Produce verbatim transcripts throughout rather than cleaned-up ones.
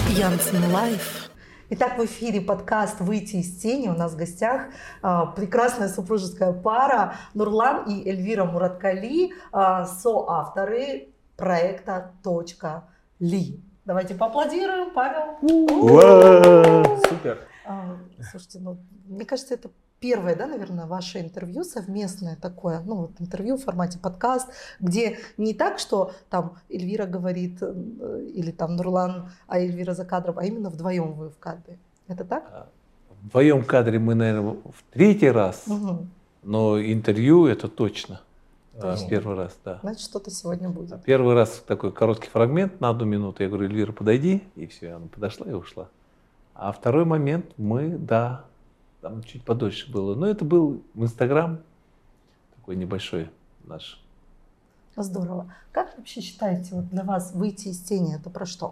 Янсен Лайф. Итак, в эфире подкаст «Выйти из тени». У нас в гостях а, прекрасная супружеская пара Нурлан и Эльвира Мураткали, а, соавторы проекта «Точка Ли». Давайте поаплодируем, Павел. Супер. А, слушайте, ну, мне кажется, это первое, да, наверное, ваше интервью совместное такое, ну, вот интервью в формате подкаст, где не так, что там Эльвира говорит или там Нурлан, а Эльвира за кадром, а именно вдвоем вы в кадре. Это так? Вдвоем в кадре мы, наверное, в третий раз, Угу. но интервью это точно. Точно. Первый раз, да. Значит, что-то сегодня будет. Первый раз такой короткий фрагмент на одну минуту. Я говорю: Эльвира, подойди, и все, она подошла и ушла. А второй момент мы, да, там чуть подольше было. Но это был в Инстаграм, такой небольшой наш. Здорово. Как вообще считаете, вот для вас выйти из тени это про что?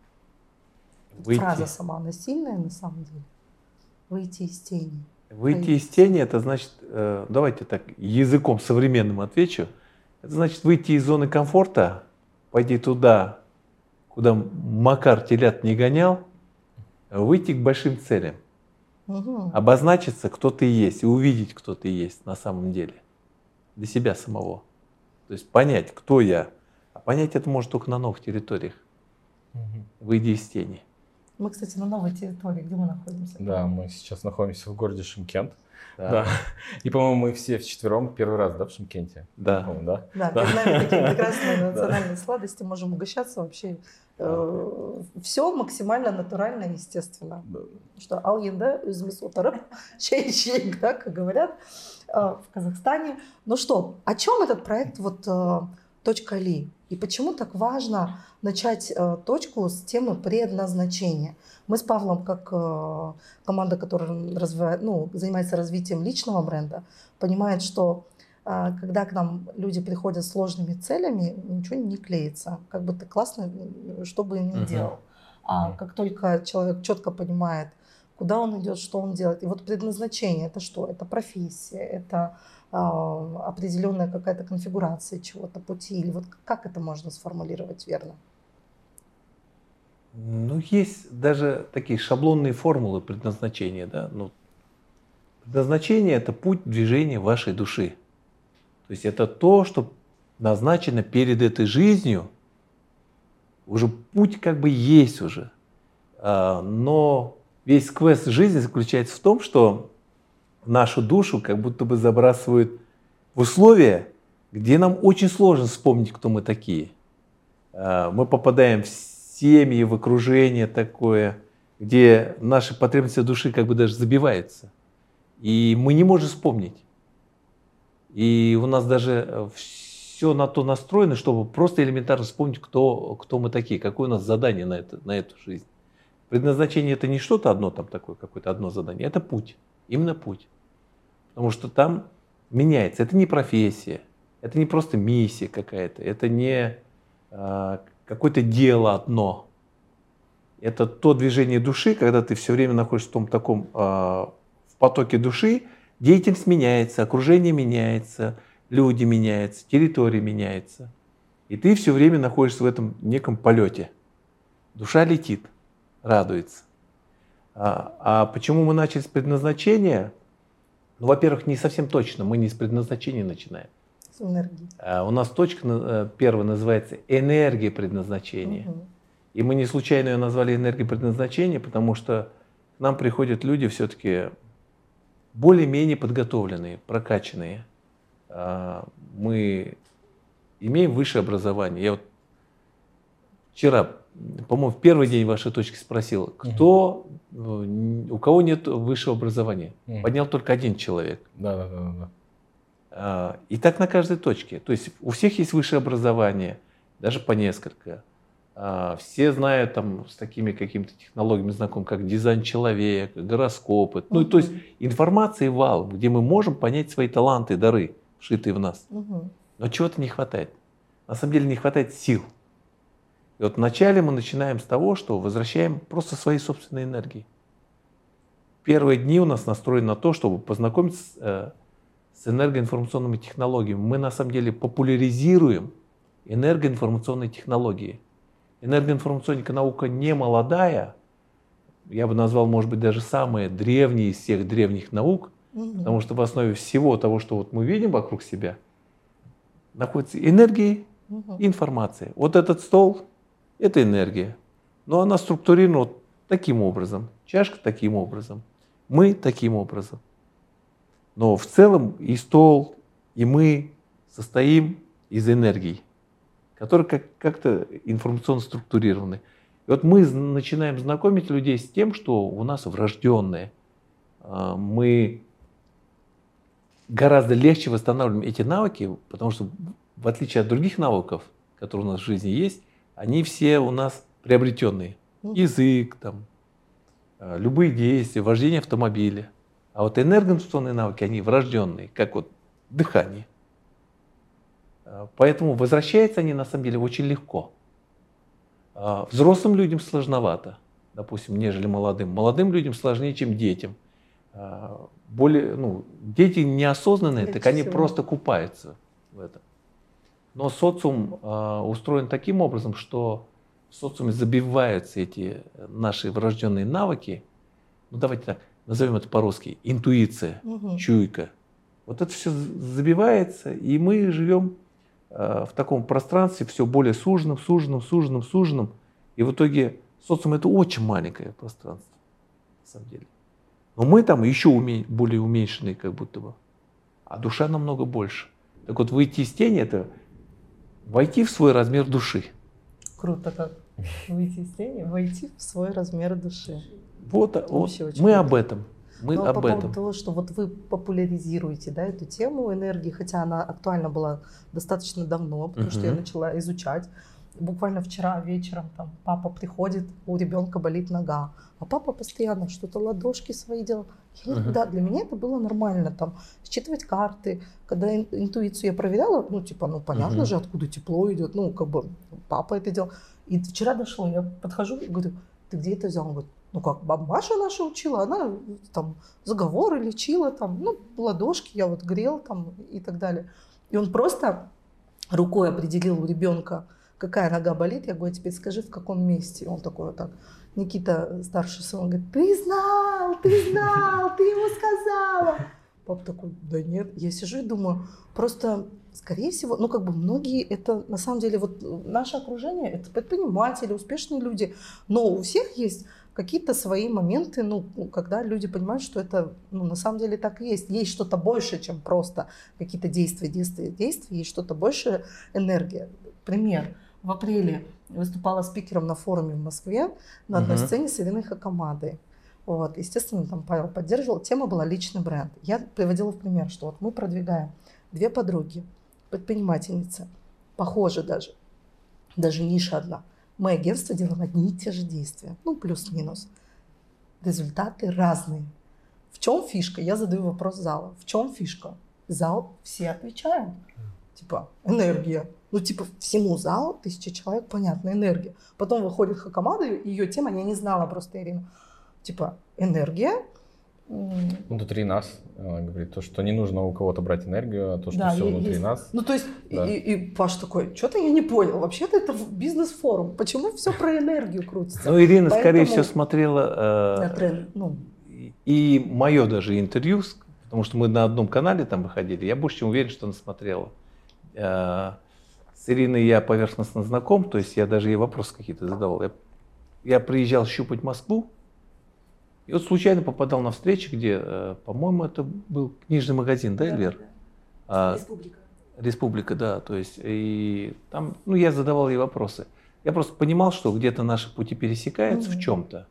Выйти. Фраза сама, она сильная на самом деле. Выйти из тени. Выйти из тени, это значит, э, давайте так языком современным отвечу, это значит выйти из зоны комфорта, пойти туда, куда Макар телят не гонял, выйти к большим целям. Угу. Обозначиться, кто ты есть, и увидеть, кто ты есть на самом деле, для себя самого. То есть понять, кто я. А понять это может только на новых территориях. Угу. Выйди из тени. Мы, кстати, на новой территории. Где мы находимся? Да, мы сейчас находимся в городе Шымкент. Да. Да. И, по-моему, мы все вчетвером первый раз, да, в Шымкенте? Да. По-моему, да. Да, перед нами такие прекрасные национальные сладости, можем угощаться вообще. Э, все максимально натурально и естественно. Что ал-енде үзіміз отырып, чай ішейік, да, как говорят э, в Казахстане. Ну что, о чем этот проект вот э, «Точка Ли»? И почему так важно начать э, точку с темы предназначения? Мы с Павлом, как э, команда, которая развивает, ну, занимается развитием личного бренда, понимает, что э, когда к нам люди приходят с сложными целями, ничего не клеится. Как бы ты классно, что бы ни Мгм. делал. А как только человек четко понимает, куда он идет, что он делает. И вот предназначение — это что? Это профессия, это э, определенная какая-то конфигурация чего-то, пути. Или вот как это можно сформулировать верно? Ну, есть даже такие шаблонные формулы предназначения, да. Ну, предназначение – это путь движения вашей души. То есть это то, что назначено перед этой жизнью, уже путь как бы есть уже. А, но весь квест жизни заключается в том, что нашу душу как будто бы забрасывают в условия, где нам очень сложно вспомнить, кто мы такие. А, мы попадаем в семьи, в окружение такое, где наши потребности души как бы даже забиваются. И мы не можем вспомнить. И у нас даже все на то настроено, чтобы просто элементарно вспомнить, кто, кто мы такие, какое у нас задание на, это, на эту жизнь. Предназначение — это не что-то одно там такое, какое-то одно задание, это путь, именно путь. Потому что там меняется. Это не профессия, это не просто миссия какая-то, это не а, какое-то дело одно. Это то движение души, когда ты все время находишься в том таком а, в потоке души, деятельность меняется, окружение меняется, люди меняются, территория меняется. И ты все время находишься в этом неком полете. Душа летит, радуется. А, а почему мы начали с предназначения? Ну, во-первых, не совсем точно, мы не с предназначения начинаем. С энергией. А у нас точка первая называется энергия предназначения. Угу. И мы не случайно ее назвали энергией предназначения, потому что к нам приходят люди все-таки более-менее подготовленные, прокачанные. Мы имеем высшее образование. Я вот вчера, по-моему, в первый день вашей точки спросил, кто, у кого нет высшего образования. Мгм. Поднял только один человек. Да, да, да, да. А, И так на каждой точке. То есть у всех есть высшее образование, даже по несколько. А, Все знают там с такими какими-то технологиями знакомы, как дизайн человека, гороскопы. Ну, то есть Мгм. информации вал, где мы можем понять свои таланты и дары, вшитые в нас. Угу. Но чего-то не хватает. На самом деле не хватает сил. И вот вначале мы начинаем с того, что возвращаем просто свои собственные энергии. Первые дни у нас настроены на то, чтобы познакомиться с, э, с энергоинформационными технологиями. Мы на самом деле популяризируем энергоинформационные технологии. энергоинформационника наука не молодая, я бы назвал, может быть, даже самая древняя из всех древних наук, угу. потому что в основе всего того, что вот мы видим вокруг себя, находится энергия угу. и информация. Вот этот стол – это энергия, но она структурирована вот таким образом, чашка таким образом, мы таким образом. Но в целом и стол, и мы состоим из энергий, которые как- как-то информационно структурированы. И вот мы начинаем знакомить людей с тем, что у нас врожденное. Мы гораздо легче восстанавливаем эти навыки, потому что в отличие от других навыков, которые у нас в жизни есть, они все у нас приобретенные. Язык, там, любые действия, вождение автомобиля. А вот энергоинформационные навыки, они врожденные, как вот дыхание. Поэтому возвращаются они на самом деле очень легко. Взрослым людям сложновато, допустим, нежели молодым. Молодым людям сложнее, чем детям. Более, ну, дети неосознанные, так они просто купаются в этом. Но социум устроен таким образом, что в социуме забиваются эти наши врожденные навыки. Ну давайте так, назовем это по-русски, интуиция, угу. чуйка. Вот это все забивается, и мы живем э, в таком пространстве все более суженном, суженном, суженном, суженном. И в итоге социум это очень маленькое пространство, на самом деле. Но мы там еще уме- более уменьшенные как будто бы, а душа намного больше. Так вот, выйти из тени – это войти в свой размер души. Круто как. Выйти из тени, войти в свой размер души. Вот, вот мы круто. об этом. Мы Но об по этом. поводу того, что вот вы популяризируете, да, эту тему энергии, хотя она актуальна была достаточно давно, потому uh-huh. что я начала изучать. Буквально вчера вечером там папа приходит, у ребенка болит нога, а папа постоянно что-то ладошки свои делал. Я, uh-huh. Да, для меня это было нормально, там, считывать карты. Когда интуицию я проверяла, ну, типа, ну, понятно uh-huh. же, откуда тепло идет, ну, как бы, папа это делал. И вчера дошло, я подхожу и говорю, ты где это взял? Он говорит, ну как, баба Маша наша учила, она там заговоры лечила, там, ну, ладошки я вот грел там и так далее. И он просто рукой определил у ребенка, какая нога болит. Я говорю, теперь скажи, в каком месте. И он такой вот так, Никита, старший сын, он говорит, ты знал, ты знал, ты ему сказала. Папа такой, да нет. Я сижу и думаю, просто, скорее всего, ну как бы многие, это на самом деле, вот наше окружение, это предприниматели, успешные люди, но у всех есть какие-то свои моменты, ну, когда люди понимают, что это, ну, на самом деле так и есть. Есть что-то больше, чем просто какие-то действия, действия, действия, есть что-то больше энергия. Пример. В апреле выступала спикером на форуме в Москве на одной uh-huh. сцене с Ириной Хакамадой. Вот, естественно, там Павел поддерживал. Тема была личный бренд. Я приводила в пример, что вот мы продвигаем две подруги, предпринимательницы, похожи даже, даже ниша одна. Мы агентство делаем одни и те же действия, ну плюс-минус. Результаты разные. В чем фишка? Я задаю вопрос зала. В чем фишка? Зал все отвечают. Типа энергия. Ну типа всему залу, тысяча человек, понятно, энергия. Потом выходит Хакамада, ее тема, я не знала просто Ирину. Типа энергия. Внутри нас, она говорит, то, что не нужно у кого-то брать энергию, а то, что да, все внутри есть. Нас. Ну, то есть, да. и, и Паш такой, что-то я не понял, вообще-то это бизнес-форум, почему все про энергию крутится? Ну, Ирина, Поэтому... скорее всего, смотрела э, тренд, ну. и мое даже интервью, потому что мы на одном канале там выходили, я больше чем уверен, что она смотрела. Э, с Ириной я поверхностно знаком, то есть я даже ей вопросы какие-то задавал. Я, я приезжал щупать Москву, и вот случайно попадал на встречу, где, э, по-моему, это был книжный магазин, да, Эльвир? Да, да. Республика. А, Республика, да. То есть, и там, ну, я задавал ей вопросы. Я просто понимал, что где-то наши пути пересекаются mm-hmm. в чем-то.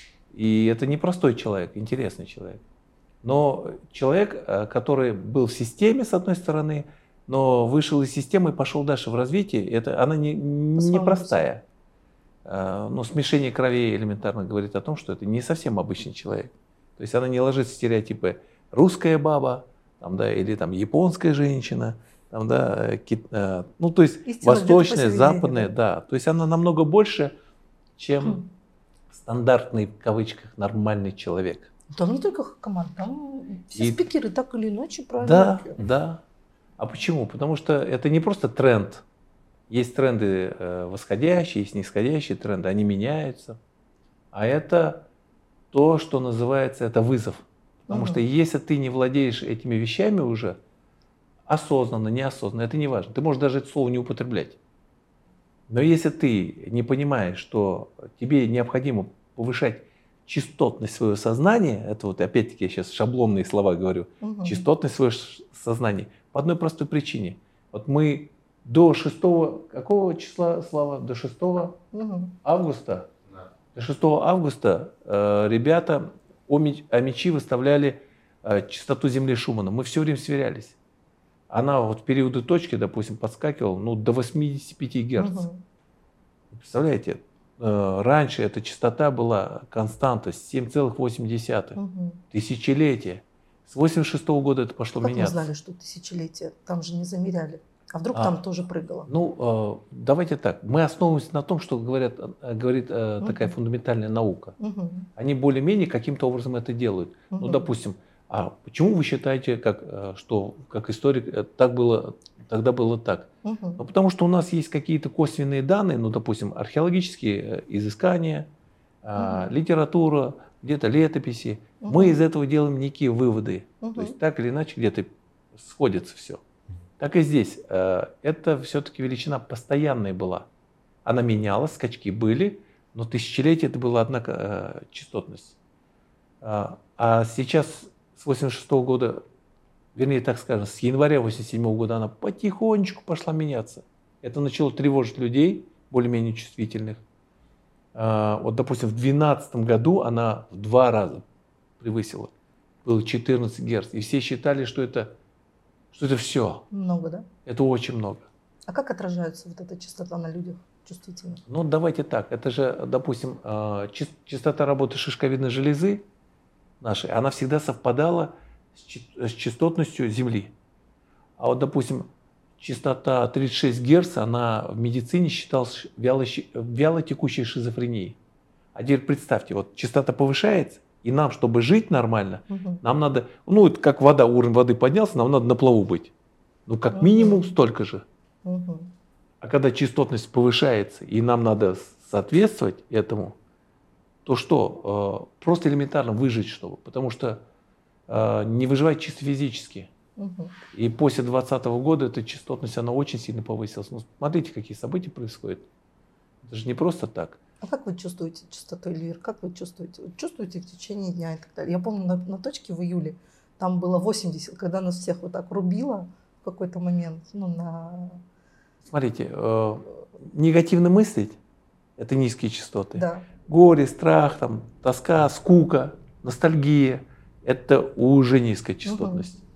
И это непростой человек, интересный человек. Но человек, который был в системе, с одной стороны, но вышел из системы и пошел дальше в развитие, это, она не, не простая. Но смешение кровей элементарно говорит о том, что это не совсем обычный человек. То есть она не ложится в стереотипы русская баба, там, да, или там японская женщина, там, да, кит, ну то есть истина восточная, западная, да. да. То есть она намного больше, чем хм. стандартный в кавычках нормальный человек. Там не только команда, там все и... спикеры так или иначе правильно. Да, да. А почему? Потому что это не просто тренд. Есть тренды восходящие, есть нисходящие тренды, они меняются. А это то, что называется, это вызов. Потому угу. что если ты не владеешь этими вещами уже, осознанно, неосознанно, это не важно. Ты можешь даже это слово не употреблять. Но если ты не понимаешь, что тебе необходимо повышать частотность своего сознания, это вот опять-таки я сейчас шаблонные слова говорю, угу. частотность своего сознания, по одной простой причине. Вот мы до шестого, какого числа, Слава? До шестого угу. августа? Да. До шестого августа э, ребята ОМИЧи выставляли э, частоту Земли Шумана. Мы все время сверялись. Она вот в периоды точки, допустим, подскакивала ну, до восьмидесяти пяти герц. Угу. Представляете, э, раньше эта частота была константа семь целых восемь десятых. Угу. Тысячелетие. С восемьдесят шестого года это пошло как меняться. Как мы знали, что тысячелетие? Там же не замеряли. А вдруг а, там тоже прыгало? Ну, э, давайте так. Мы основываемся на том, что говорят, говорит э, угу. такая фундаментальная наука. Угу. Они более-менее каким-то образом это делают. Угу. Ну, допустим, а почему вы считаете, как, что как историк так было, тогда было так? Угу. Ну, потому что у нас есть какие-то косвенные данные, ну, допустим, археологические изыскания, угу. литература, где-то летописи. Угу. Мы из этого делаем некие выводы. Угу. То есть так или иначе где-то сходится все. Так и здесь. Это все-таки величина постоянная была. Она менялась, скачки были, но тысячелетие это была одна частотность. А сейчас с восемьдесят шестого года, вернее, так скажем, с января восемьдесят седьмого года она потихонечку пошла меняться. Это начало тревожить людей, более-менее чувствительных. Вот, допустим, в две тысячи двенадцатом году она в два раза превысила. Было четырнадцать герц. И все считали, что это, что это все. Много, да? Это очень много. А как отражается вот эта частота на людях чувствительных? Ну, давайте так. Это же, допустим, частота работы шишковидной железы нашей, она всегда совпадала с частотностью Земли. А вот, допустим, частота тридцать шесть герц, она в медицине считалась вяло, вялотекущей шизофренией. А теперь представьте, вот частота повышается, и нам, чтобы жить нормально, угу. нам надо, ну, это как вода, уровень воды поднялся, нам надо на плаву быть. Ну, как угу. минимум столько же. Угу. А когда частотность повышается, и нам надо соответствовать этому, то что? Просто элементарно выжить, чтобы. Потому что не выживать чисто физически. Угу. И после двадцатого года эта частотность, она очень сильно повысилась. Ну, смотрите, какие события происходят. Это же не просто так. А как вы чувствуете частоту, Эльвир? Как вы чувствуете? Вы чувствуете в течение дня и так далее? Я помню, на, на точке в июле там было восемьдесят, когда нас всех вот так рубило в какой-то момент. Ну, на... Смотрите, э, негативно мыслить – это низкие частоты. Да. Горе, страх, там, тоска, скука, ностальгия – это уже низкая частотность. Угу.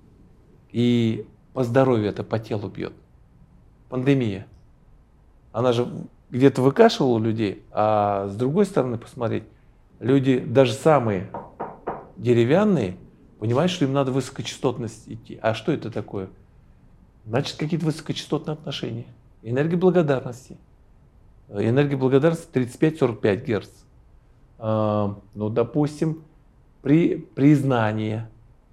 И по здоровью это по телу бьет. Пандемия. Она же где-то выкашивала людей, а с другой стороны посмотреть, люди даже самые деревянные понимают, что им надо высокочастотность идти. А что это такое? Значит, какие-то высокочастотные отношения. Энергия благодарности. Энергия благодарности тридцать пять - сорок пять герц. Ну, допустим, при признании.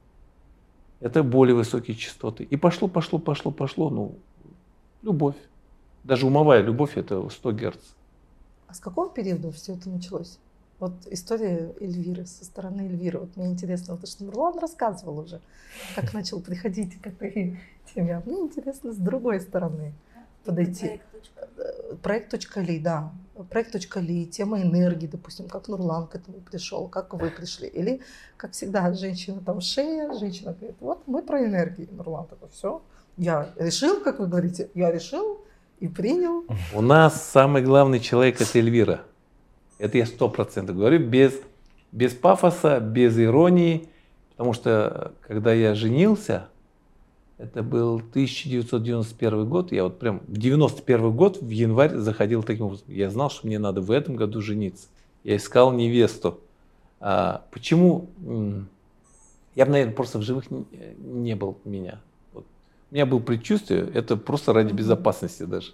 Это более высокие частоты. И пошло, пошло, пошло, пошло. Ну, любовь. Даже умовая любовь – это сто герц. А с какого периода все это началось? Вот история Эльвиры, со стороны Эльвиры. Вот мне интересно, потому что Нурлан рассказывал уже, как начал приходить к этой теме. А мне интересно с другой стороны подойти. Проект .ли, да. Проект .ли, тема энергии, допустим, как Нурлан к этому пришел, как вы пришли. Или, как всегда, женщина там шея, женщина говорит, вот мы про энергию. Нурлан такой, все, я решил, как вы говорите, я решил и принял. У нас самый главный человек – это Эльвира. Это я сто процентов говорю, без, без пафоса, без иронии. Потому что, когда я женился, это был тысяча девятьсот девяносто первый год. Я вот прям в девяносто первый год в январь заходил таким образом. Я знал, что мне надо в этом году жениться. Я искал невесту. А, почему? Я бы, наверное, просто в живых не, не был меня. Вот. У меня было предчувствие, это просто ради безопасности даже.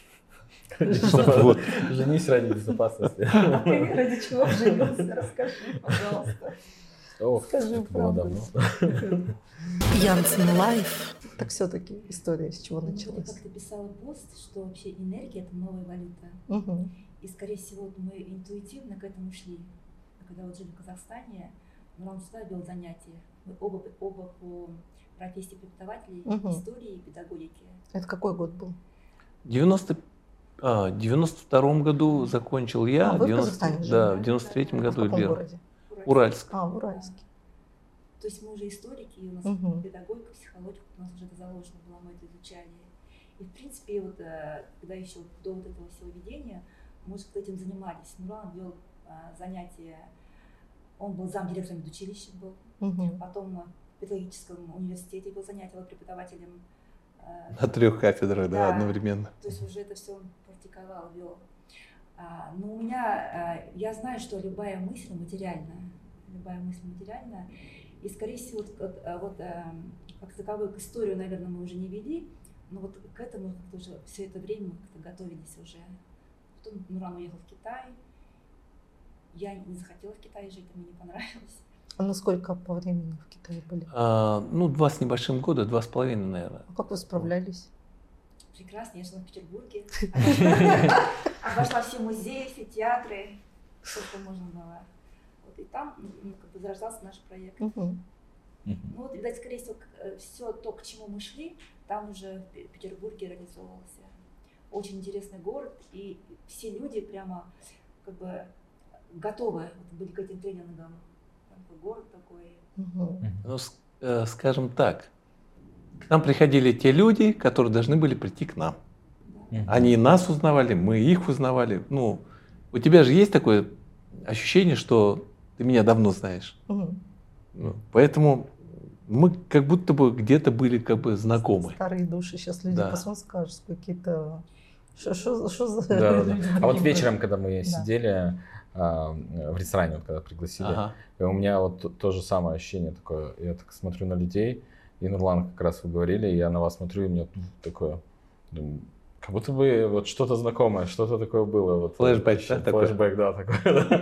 Женись ради безопасности. Ради чего женился? Расскажи, пожалуйста. Скажи правду. Было давно. Янсен Лайф. Так все-таки история с чего Ну, началась? ты как-то писала пост, что вообще энергия – это новая валюта. Угу. И, скорее всего, вот мы интуитивно к этому шли. Когда вот жили в Казахстане, Нурлан всегда вел занятия. Мы оба, оба по профессии преподавателей, Мгм. истории и педагогики. Это какой год был? девяносто, а, в девяносто втором году закончил я, А, вы в девяносто Казахстане жили, да, да? в девяносто третьем А в году каком Бел. городе? Уральск. А, в Уральске. То есть мы уже историки, и у нас Мгм. педагогика, психология, у нас уже это заложено было, мы это изучали. И в принципе, вот, э, когда еще вот до вот этого всего ведения, мы уже этим занимались. Нурлан вел а, занятия, он был замдиректором медучилища, был. Угу. Потом в педагогическом университете вел занятия, был преподавателем. э, На трех кафедрах, да, Да. одновременно. То есть уже это все он практиковал, вел. А, но у меня, а, я знаю, что любая мысль материальная, любая мысль материальная, и скорее всего вот, вот, а, вот, а, как таковую к историю, наверное, мы уже не вели, но вот к этому как-то уже все это время мы как-то готовились уже. Потом Нурлан уехал в Китай, я не захотела в Китае жить, мне не понравилось. А насколько по времени в Китае были? А, ну, два с небольшим года, два с половиной, наверное. А как вы справлялись? Прекрасно, я жила в Петербурге, обошла все музеи, все театры, все, что можно было. Вот, и там ну, как бы зарождался наш проект. Угу. Ну вот, видать, скорее всего, все то, к чему мы шли, там уже в Пе- Петербурге реализовывался. Очень интересный город, и все люди прямо как бы готовы вот, были к этим тренингам. Такой город такой. Угу. Ну, с- э, скажем так, к нам приходили те люди, которые должны были прийти к нам. Да. Они нас узнавали, мы их узнавали. Ну, у тебя же есть такое ощущение, что ты меня давно знаешь. Угу. Ну, поэтому мы как будто бы где-то были как бы знакомы. Старые души. Сейчас люди Да. посмотрят, скажут, какие-то... Что, что, что за Да, да, да. люди А вот такие вечером, когда мы Да. сидели а, в ресторане, вот когда пригласили, Ага. и у меня вот то, то же самое ощущение такое. Я так смотрю на людей, и Нурлан, как раз вы говорили, и я на вас смотрю, и мне такое, думаю, как будто бы вот что-то знакомое, что-то такое было. Вот, Флэшбэк, ощущение- да, такой? Флэшбэк, да, такой. да.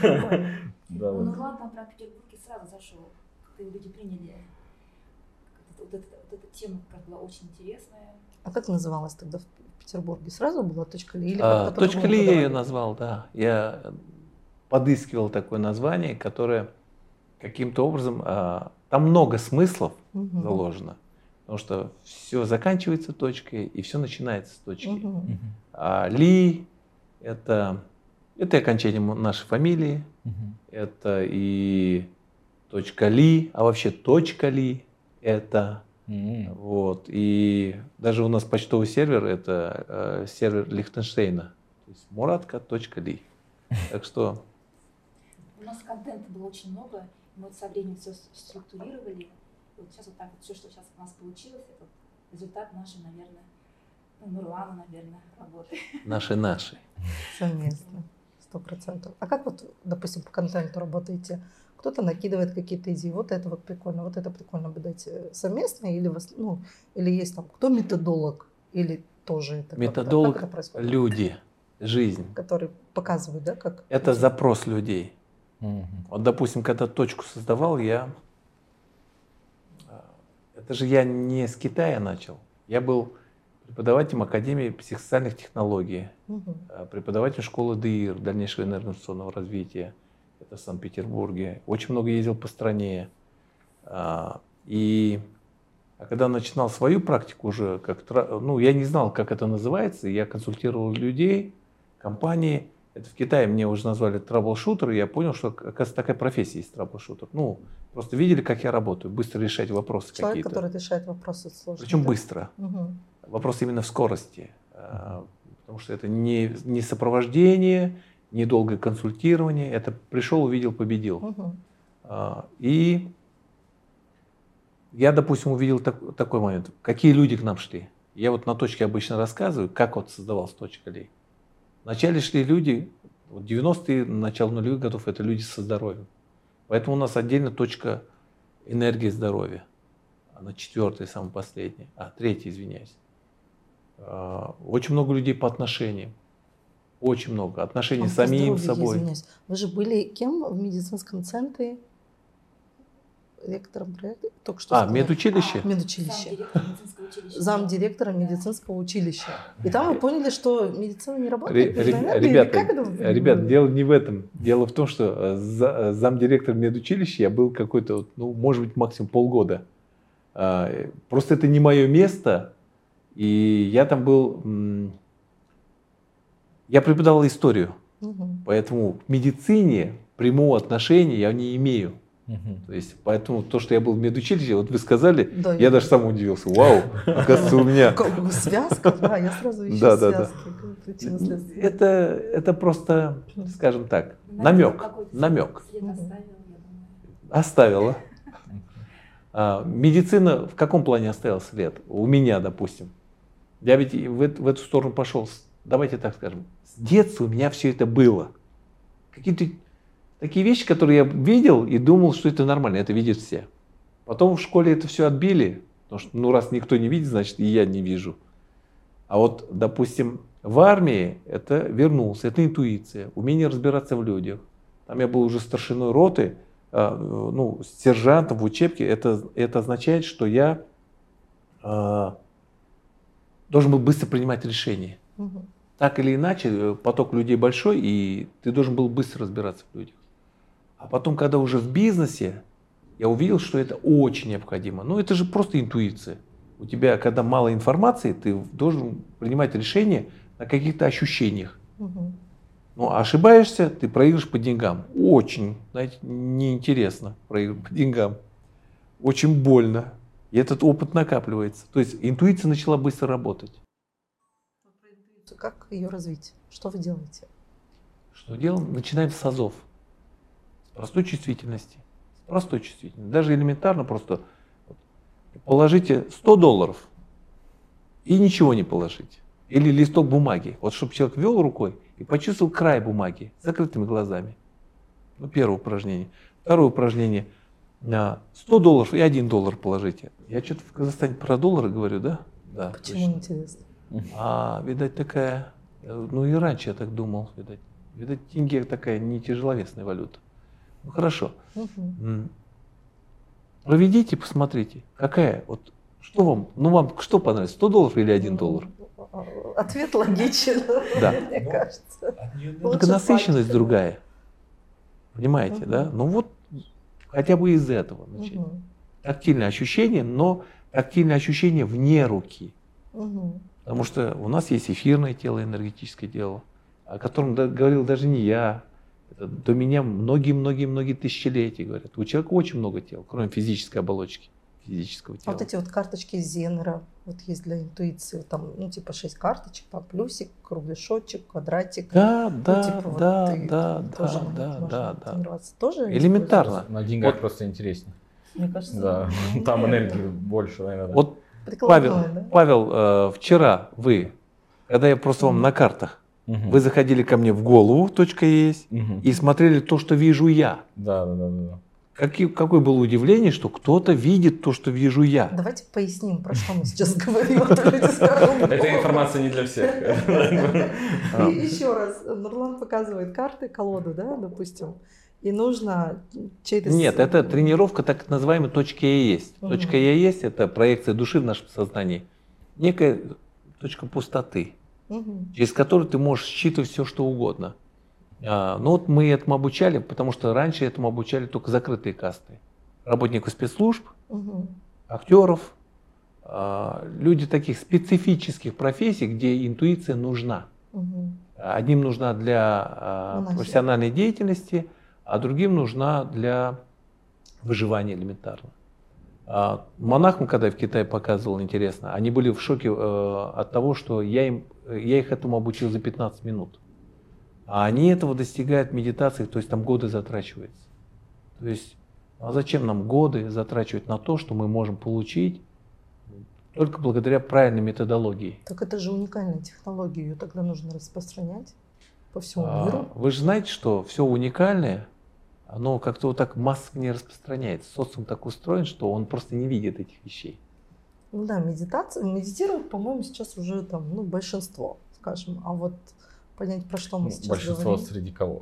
Да, Ну, вот. Нурлан там прям в Петербурге сразу зашел, как его люди приняли. Вот, эта, вот эта тема как была очень интересная. А как называлась тогда в Петербурге? Сразу была точка Ли? Или А, как-то точка по-другому Ли я ее подавали? назвал, да. Я подыскивал такое название, которое каким-то образом... а, там много смыслов Мгм. заложено. Потому что все заканчивается точкой, и все начинается с точки. Мгм. Мгм. А Ли – это, это и окончание мо- нашей фамилии, Мгм. это и точка Ли, а вообще точка Ли – это… М. Вот. И даже у нас почтовый сервер – это э, сервер Лихтенштейна. То есть муратка точка ли. Так что У нас контента было очень много, и мы вот со временем все структурировали. И вот сейчас вот так вот все, что сейчас у нас получилось, это вот результат нашей, наверное, ну, Нурлана, наверное, работы. наши-наши. Совместно. Сто процентов. А как вот, допустим, по контенту работаете? Кто-то накидывает какие-то идеи. Вот это вот прикольно, вот это прикольно бы дать э, совместно, или, вас- ну, или есть там кто методолог, или тоже это как-то- Методолог как это происходит? Люди, жизнь. Который показывает, да, как? Это запрос людей. Мгм. Вот, допустим, когда точку создавал, я… а, Это же я не с Китая начал. Я был преподавателем Академии психосоциальных технологий, Мгм. а, преподавателем школы ДИИР, дальнейшего энергоинформационного развития. Это в Санкт-Петербурге. Очень много ездил по стране. А, И а когда начинал свою практику уже, как, тра- ну, я не знал, как это называется, я консультировал людей, компании. Это в Китае мне уже назвали траблшутер, и я понял, что, оказывается, такая профессия есть траблшутер. Ну, просто видели, как я работаю, быстро решать вопросы Человек, какие-то. который решает вопросы сложные. Причем да? быстро. Мгм. Вопрос именно в скорости. А, Потому что это не, не сопровождение, не долгое консультирование. Это пришел, увидел, победил. Мгм. А, И я, допустим, увидел так- такой момент. Какие люди к нам шли? Я вот на точке обычно рассказываю, как вот создавалась точка Ли. Вначале шли люди, вот девяностые, начало нулевых годов, это люди со здоровьем. Поэтому у нас отдельно точка энергии здоровья. Она четвертая, самая последняя. А, третья, извиняюсь. А, Очень много людей по отношениям. Очень много. Отношений А с по самим здоровью, я собой. извиняюсь. Вы же были кем в медицинском центре? ректором проекта. Только что А, сказала. медучилище? Медучилище. Зам директора медицинского училища. Зам директора медицинского училища. И там мы поняли, что медицина не Ре- работает. ре- нужна энергия, или Ребята, как это вы ребят, понимаете? дело не в этом. Дело в том, что э, за- замдиректора медучилища я был какой-то, вот, ну, может быть, максимум полгода. А, э, Просто это не мое место, и я там был... м, Я преподавал историю, Мгм. поэтому к медицине прямого отношения я не имею. Мгм. То есть, поэтому то, что я был в медучилище, вот вы сказали, Да, я даже сам удивился. Вау, оказывается, у меня... Как бы связка, да, я сразу ищу Да, да, да. связки. как причинно-следственные. Это, это просто, скажем так, Наверное, намек. какой-то Намек. след Мгм. оставил, я думаю. Оставила. А, медицина в каком плане оставила след? У меня, допустим. Я ведь и в, эт- в эту сторону пошел, с- давайте так скажем, с детства у меня все это было. Какие-то такие вещи, которые я видел и думал, что это нормально, это видят все. Потом в школе это все отбили, потому что, ну, раз никто не видит, значит, и я не вижу. А вот, допустим, в армии это вернулся, это интуиция, умение разбираться в людях. Там я был уже старшиной роты, а, ну, сержантом в учебке. Это, это означает, что я а, должен был быстро принимать решения. Мгм. Так или иначе, э, поток людей большой, и ты должен был быстро разбираться в людях. А потом, когда уже в бизнесе, я увидел, что это очень необходимо. Ну, это же просто интуиция. У тебя, когда мало информации, ты должен принимать решения на каких-то ощущениях. Мгм. Ну, а ошибаешься, ты проиграешь по деньгам. Очень, знаете, неинтересно проиграть по деньгам. Очень больно. И этот опыт накапливается. То есть интуиция начала быстро работать. Как ее развить? Что вы делаете? Что делаем? Начинаем с азов. С простой чувствительности. С простой чувствительности. Даже элементарно просто вот положите сто долларов и ничего не положите. Или листок бумаги. Вот чтобы человек вел рукой и почувствовал край бумаги с закрытыми глазами. Ну, первое упражнение. Второе упражнение. На сто долларов и один доллар положите. Я что-то в Казахстане про доллары говорю, да? Да. Почему точно. интересно? А, видать, такая, э, ну и раньше я так думал, видать. Видать, тенге такая не тяжеловесная валюта. Ну хорошо. Мгм. М. Проведите, посмотрите, какая, вот, что вам, ну вам что понравится, сто долларов или один доллар? Ну, ответ логичен, Да. мне Ну, кажется. Только Лучше насыщенность пальчиком. другая. Понимаете, Мгм. да? Ну вот, хотя бы из этого начать. Мгм. Тактильное ощущение, но тактильное ощущение вне руки. Мгм. Потому что у нас есть эфирное тело, энергетическое тело, о котором да- говорил даже не я. Это до меня многие-многие-многие тысячелетия говорят. У человека очень много тел, кроме физической оболочки, физического А тела. вот эти вот карточки Зенера, вот есть для интуиции, там, ну, типа шесть карточек, там плюсик, кругляшочек, квадратик. Да, Ну, да, типа вот да, и да, тоже да, на них да, можно да, да. тренироваться. Тоже Элементарно. На деньгах Вот. просто интереснее. используется? Мне кажется, Да, ну, там наверное. энергии больше, наверное. Вот, Прикладное, Павел, да? Павел, э, вчера вы, когда я просто вам Мгм. на картах, Мгм. вы заходили ко мне в голову, точка есть, Мгм. и смотрели то, что вижу я. Да, да, да, да. Какие- какое было удивление, что кто-то видит то, что вижу я. Давайте поясним, про что мы сейчас говорим. а то люди скажут, Эта информация не для всех. А. И еще раз, Нурлан показывает карты, колоду, да, допустим, и нужно через... Нет, это тренировка так называемой точки «Я есть». Мгм. Точка «Я есть» — это проекция души в нашем сознании. Некая точка пустоты, Мгм. через которую ты можешь считывать все, что угодно. А, ну вот мы этому обучали, потому что раньше этому обучали только закрытые касты. Работников спецслужб, Мгм. актеров, а, люди таких специфических профессий, где интуиция нужна. Мгм. Одним нужна для а, Монахи. профессиональной деятельности, а другим нужна для выживания элементарно. А, монахам, когда я в Китае показывал, интересно, они были в шоке э, от того, что я, им, я их этому обучил за пятнадцать минут. А они этого достигают медитации, то есть там годы затрачивается. То есть, а зачем нам годы затрачивать на то, что мы можем получить только благодаря правильной методологии? Так это же уникальная технология, ее тогда нужно распространять по всему А, миру. Вы же знаете, что все уникальное, оно как-то вот так массово не распространяется. Социум так устроен, что он просто не видит этих вещей. Ну да, медитация, медитирует, по-моему, сейчас уже там, ну, большинство, скажем. А вот понять, про что мы сейчас Большинство говорим. среди кого?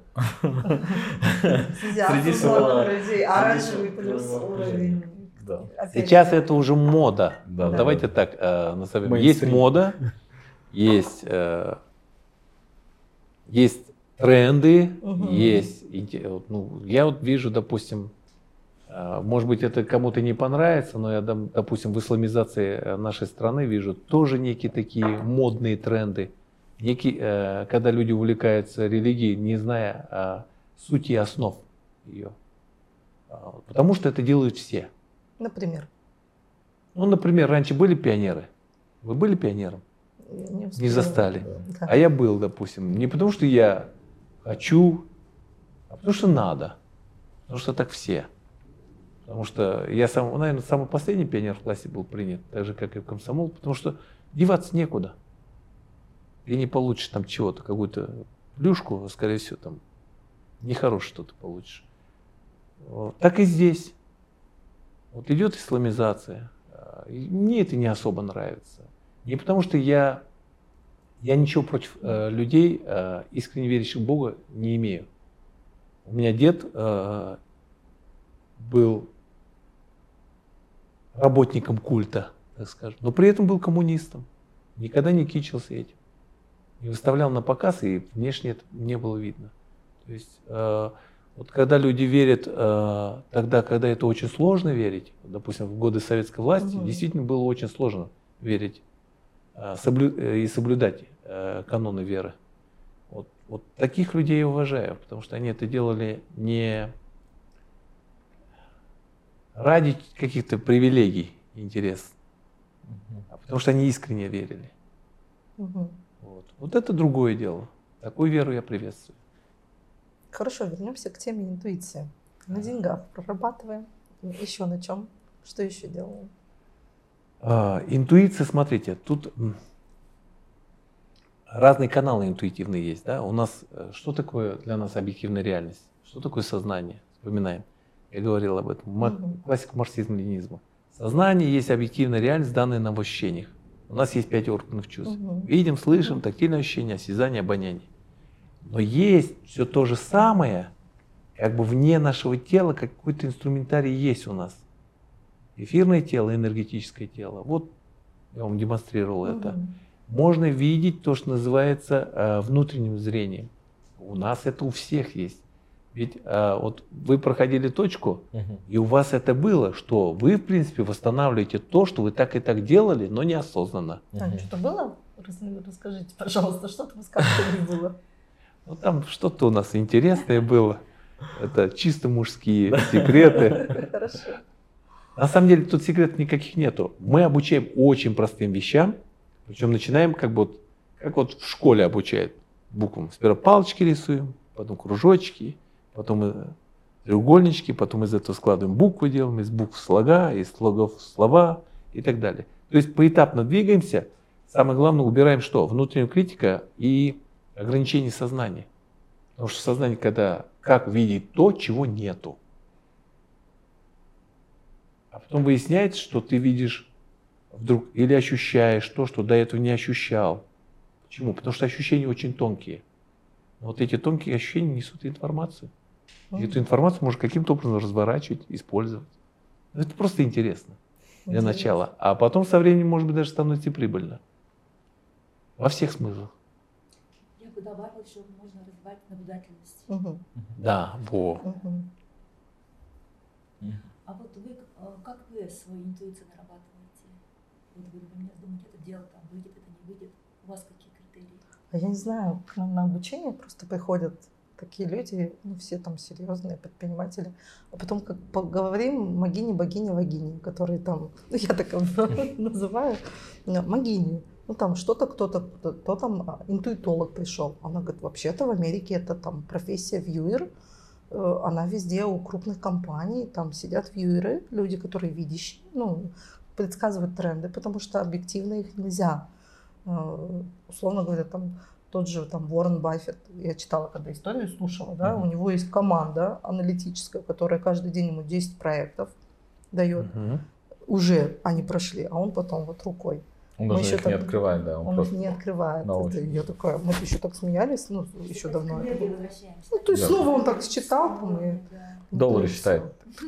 Среди всего- людей. Оранжевый плюс уровень. Да. Опять Сейчас же, это уже мода. Да, Вот да, давайте да. так э, назовем. Мейнстрим. Есть мода, есть, э, есть тренды, Мгм. есть. иде- вот, ну, я вот вижу, допустим, э, может быть, это кому-то не понравится, но я, дом- допустим, в исламизации э, нашей страны вижу тоже некие такие модные тренды. Некие, э, когда люди увлекаются религией, не зная э, сути и основ ее. А, вот, Потому что это делают все. например, Ну, например, раньше были пионеры. Вы были пионером? я не Не успела. застали. Да. Да. А я был, допустим, не потому что я хочу, а потому что надо. Потому что так все. Потому что я сам, наверное, самый последний пионер в классе был принят, так же, как и в комсомол, потому что деваться некуда. И не получишь там чего-то, какую-то плюшку, скорее всего, там нехорошее что-то получишь. Вот. Так и здесь. Вот идет исламизация. а, и мне это не особо нравится. Не потому что я, я ничего против э, людей, э, искренне верящих в Бога, не имею. У меня дед э, был работником культа, так скажем, но при этом был коммунистом. Никогда не кичился этим. Не выставлял на показ, и внешне это не было видно. То есть, э, вот когда люди верят э, тогда, когда это очень сложно верить, допустим, в годы советской власти, Мгм. действительно было очень сложно верить э, соблю- э, и соблюдать э, каноны веры. Вот, вот таких людей я уважаю, потому что они это делали не ради каких-то привилегий и интересов, а потому что они искренне верили. Мгм. Вот. Вот это другое дело. Такую веру я приветствую. Хорошо, вернемся к теме интуиции. На деньгах прорабатываем. Еще на чем? Что еще делаем? А, интуиция, смотрите, тут м, разные каналы интуитивные есть. Да? У нас э, что такое для нас объективная реальность? Что такое сознание? Вспоминаем. Я говорил об этом. Ма- Мгм. Классика марксизма-ленинизма. Сознание есть объективная реальность, данная нам в ощущениях. У нас есть пять органов чувств. Мгм. Видим, слышим, тактильное ощущение, осязание, обоняние. Но есть все то же самое, как бы вне нашего тела, какой-то инструментарий есть у нас. Эфирное тело, энергетическое тело. Вот я вам демонстрировал это. Мгм. Можно видеть то, что называется э, внутренним зрением. У нас это у всех есть. Ведь э, вот вы проходили точку, Мгм. и у вас это было, что вы, в принципе, восстанавливаете то, что вы так и так делали, но неосознанно. Таня, Мгм. что-то было? Рас- Расскажите, пожалуйста, что-то вы сказали было? Ну, там что-то у нас интересное было. Это чисто мужские секреты. Хорошо. На самом деле тут секретов никаких нету. Мы обучаем очень простым вещам, причем начинаем как бы вот, как вот в школе обучают буквам. Сперва палочки рисуем, потом кружочки, потом э, треугольнички, потом из этого складываем буквы, делаем из букв слога, из слогов слова и так далее. То есть поэтапно двигаемся. Самое главное, убираем что? Внутреннюю критику и ограничение сознания. Потому что сознание, когда как видеть то, чего нету. А потом выясняется, что ты видишь вдруг или ощущаешь то, что до этого не ощущал. Почему? Потому что ощущения очень тонкие. Но вот эти тонкие ощущения несут информацию. И эту информацию можно каким-то образом разворачивать, использовать. Ну, это просто интересно для Интересно. начала. А потом со временем, может быть, даже становится и прибыльно. Во всех смыслах. Я бы добавила, что можно развивать наблюдательность. Мгм. Да, во. Мгм. А вот вы, э, как вы свою интуицию нарабатываете? Вот вы, например, думаете, это дело там выйдет, это не выйдет. У вас какие критерии? А я не знаю, к нам на обучение просто приходят такие люди, ну все там серьезные предприниматели, а потом как поговорим могини, богини, вагини, которые там, ну я так называю, ну, могини. Ну там что-то кто-то, кто, кто там а, интуитолог пришел. Она говорит, вообще-то в Америке это там профессия вьюер, э, она везде у крупных компаний, там сидят вьюеры, люди, которые видящие, ну предсказывают тренды, потому что объективно их нельзя. Э, условно говоря, там тот же там Уоррен Баффет, я читала, когда историю слушала, да, Мгм. у него есть команда аналитическая, которая каждый день ему десять проектов дает, Мгм. уже они прошли, а он потом вот рукой. Он Мы даже еще их не так- открывает, да, он, Он просто... не открывает. на Это ощупь. я такая, мы еще так смеялись, ну, еще давно. это было. Возвращаемся. Ну, то есть Да. снова он так считал, там, и... Да. Доллары Ну, считает.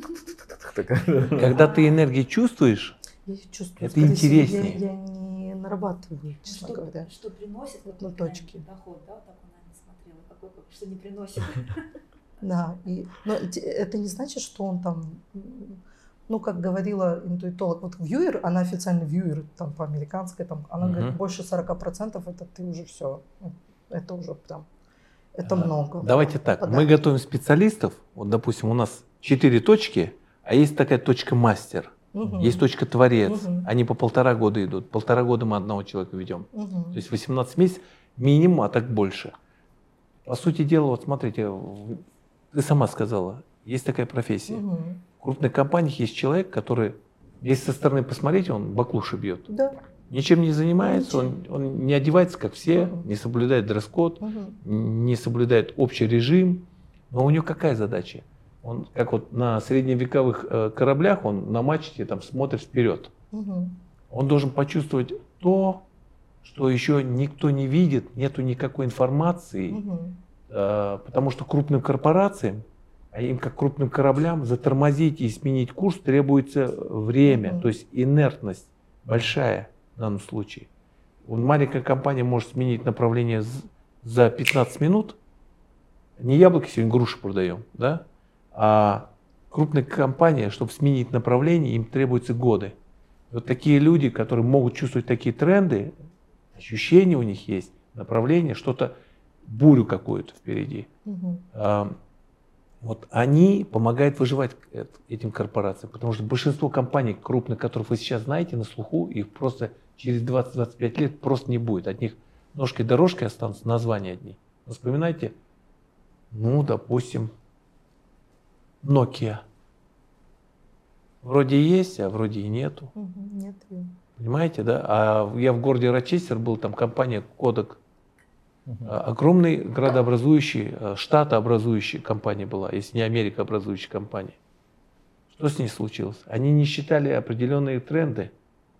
Такая. Когда ты энергии чувствуешь, Я чувствую, Это скорее всего, интереснее. Я, я не нарабатываю, Ну, честно что, говоря. что приносит вот На этот, точке. наверное, доход, да, вот так она не смотрела, какой, какой- что не приносит. Да, и, но те- это не значит, что он там, м, ну, как говорила интуитолог, вот вьюер, она официально вьюер, там, по-американской, там, она Мгм. говорит, больше сорок процентов это ты уже все, это уже прям, это А, много. давайте так, мы попадает. готовим специалистов, вот, допустим, у нас четыре точки, а есть такая точка мастер, Мгм. есть точка творец, Мгм. они по полтора года идут, полтора года мы одного человека ведем. Мгм. То есть восемнадцать месяцев минимум, а так больше. По сути дела, вот смотрите, в- ты сама сказала, есть такая профессия. Мгм. В крупных компаниях есть человек, который, если со стороны посмотреть, он баклуши бьет. Да. Ничем не занимается, он, он не одевается, как все, Мгм. не соблюдает дресс-код, Мгм. не соблюдает общий режим. Но у него какая задача? Он, как вот на средневековых э, кораблях, он на мачте там смотрит вперед. Мгм. Он должен почувствовать то, что еще никто не видит, нету никакой информации, Мгм. э, потому что крупным корпорациям, а им как крупным кораблям, затормозить и сменить курс требуется время, Мгм. то есть инертность большая в данном случае. Вот маленькая компания может сменить направление з- за пятнадцать минут. Не яблоки сегодня, груши продаем, да? А крупная компания, чтобы сменить направление, им требуются годы. Вот такие люди, которые могут чувствовать такие тренды, ощущения у них есть, направление, что-то, бурю какую-то впереди. Мгм. А, Вот они помогают выживать эт- этим корпорациям, потому что большинство компаний крупных, которых вы сейчас знаете на слуху, их просто через двадцать-двадцать пять лет просто не будет. От них ножкой-дорожкой останутся названия одни. Но вспоминайте, ну, допустим, Nokia. Вроде есть, а вроде и нету. Мгм. Нет. и- Понимаете, да? А я в городе Рочестер был, там компания Kodak. Мгм. А, Огромный градообразующий, э, штатообразующий компания была, если не америкообразующая компания. Что с ней случилось? Они не считали определенные тренды,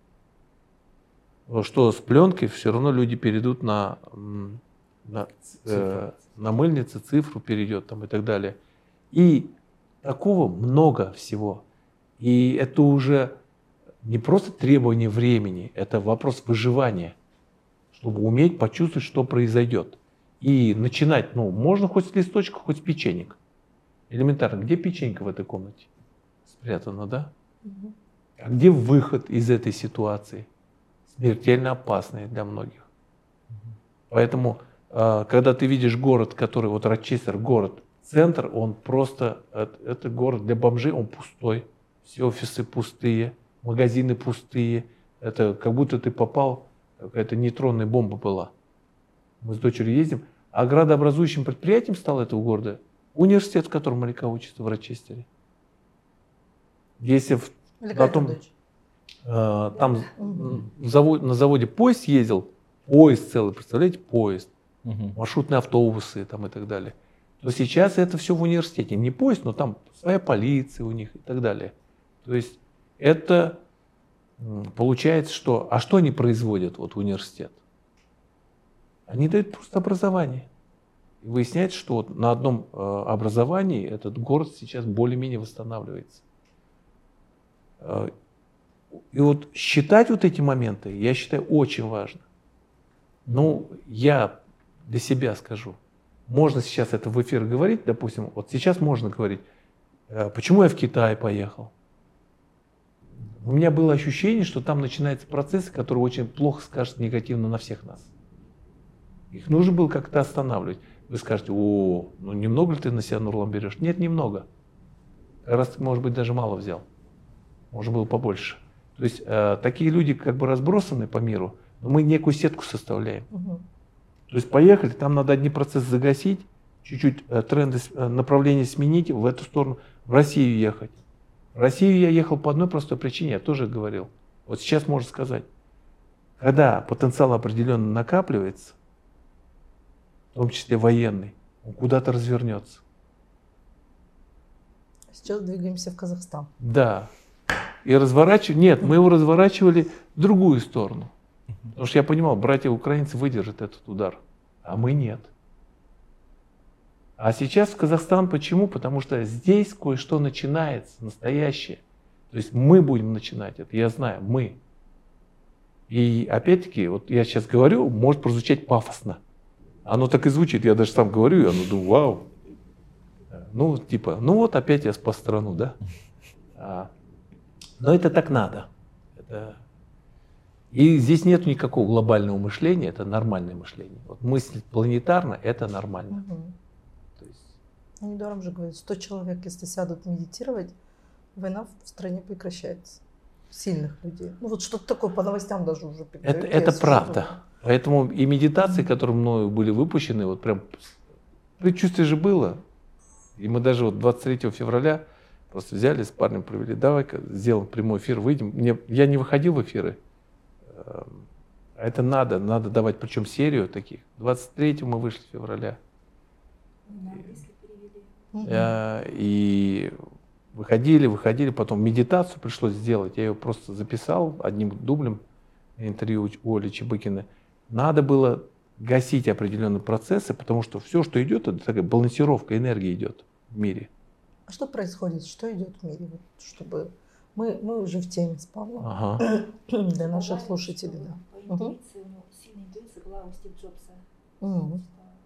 э, что с пленкой все равно люди перейдут на, м, на, э, на мыльницы, цифру перейдет там и так далее. И такого много всего. И это уже не просто требование времени, это вопрос выживания, чтобы уметь почувствовать, что произойдет. И начинать, ну, можно хоть с листочка, хоть с печенек. Элементарно. Где печенька в этой комнате? Спрятана, да? Мгм. А где выход из этой ситуации? Смертельно опасный для многих. Поэтому, э, когда ты видишь город, который, вот Рочестер, город, центр, он просто, это, это город для бомжей, он пустой. Все офисы пустые, магазины пустые. Это как будто ты попал, какая-то нейтронная бомба была. Мы с дочерью ездим. А градообразующим предприятием стал этого города университет, в котором Малика учится в Рочестере. Если в, Или на какая том, дочь? э, там Мгм. в завод- на заводе поезд ездил, поезд целый, представляете, поезд, Мгм. маршрутные автобусы там и так далее, то сейчас это все в университете. Не поезд, но там своя полиция у них и так далее. То есть это м, получается, что... А что они производят, вот университет? Они дают просто образование. И выясняется, что вот на одном э, образовании этот город сейчас более-менее восстанавливается. Э, И вот считать вот эти моменты, я считаю, очень важно. Ну, я для себя скажу. Можно сейчас это в эфир говорить, допустим, вот сейчас можно говорить, э, почему я в Китай поехал. У меня было ощущение, что там начинаются процессы, которые очень плохо скажутся негативно на всех нас. Их нужно было как-то останавливать. Вы скажете, о, ну немного ли ты на себя, Нурлан, берешь? Нет, немного. Как раз, может быть, даже мало взял. Можно было побольше. То есть э, такие люди как бы разбросаны по миру, но мы некую сетку составляем. Мгм. То есть поехали, там надо одни процессы загасить, чуть-чуть э, тренды, с- э, направление сменить, в эту сторону, в Россию ехать. В Россию я ехал по одной простой причине, я тоже говорил. Вот сейчас можно сказать, когда потенциал определенно накапливается, в том числе военный, он куда-то развернется. Сейчас двигаемся в Казахстан. Да. И разворачивать, нет, мы его разворачивали в другую сторону. Потому что я понимал, братья-украинцы выдержат этот удар, а мы нет. А сейчас в Казахстан почему? Потому что здесь кое-что начинается, настоящее. То есть мы будем начинать это, я знаю, мы. И опять-таки, вот я сейчас говорю, может прозвучать пафосно. Оно так и звучит, я даже сам говорю, и оно думаю, вау. Ну, типа, ну вот опять я спас страну, да? А, но это так надо. Это... И здесь нет никакого глобального мышления, это нормальное мышление. Вот мыслить планетарно, это нормально. Угу. То есть... Ну, недаром же говорят, сто человек, если сядут медитировать, война в стране прекращается. Сильных людей. Ну вот что-то такое по новостям даже уже передают. Это, это правда. Поэтому и медитации, которые мною были выпущены, вот прям предчувствие же было. И мы даже вот двадцать третьего февраля просто взяли с парнем, провели, давай-ка сделаем прямой эфир, выйдем. Мне, я не выходил в эфиры. А это надо, надо давать, причем серию таких. двадцать третьего мы вышли февраля. Угу. И выходили, выходили, потом медитацию пришлось сделать. Я ее просто записал одним дублем, интервью у Оли Чебыкиной. Надо было гасить определенные процессы, потому что все, что идет, это такая балансировка энергии идет в мире. А что происходит? Что идет в мире? Вот, чтобы мы, мы уже в теме с Павлом. Ага. Для наших слушателей, да. По интуиции, угу. Сильная интуиция была у Стива Джобса. Угу.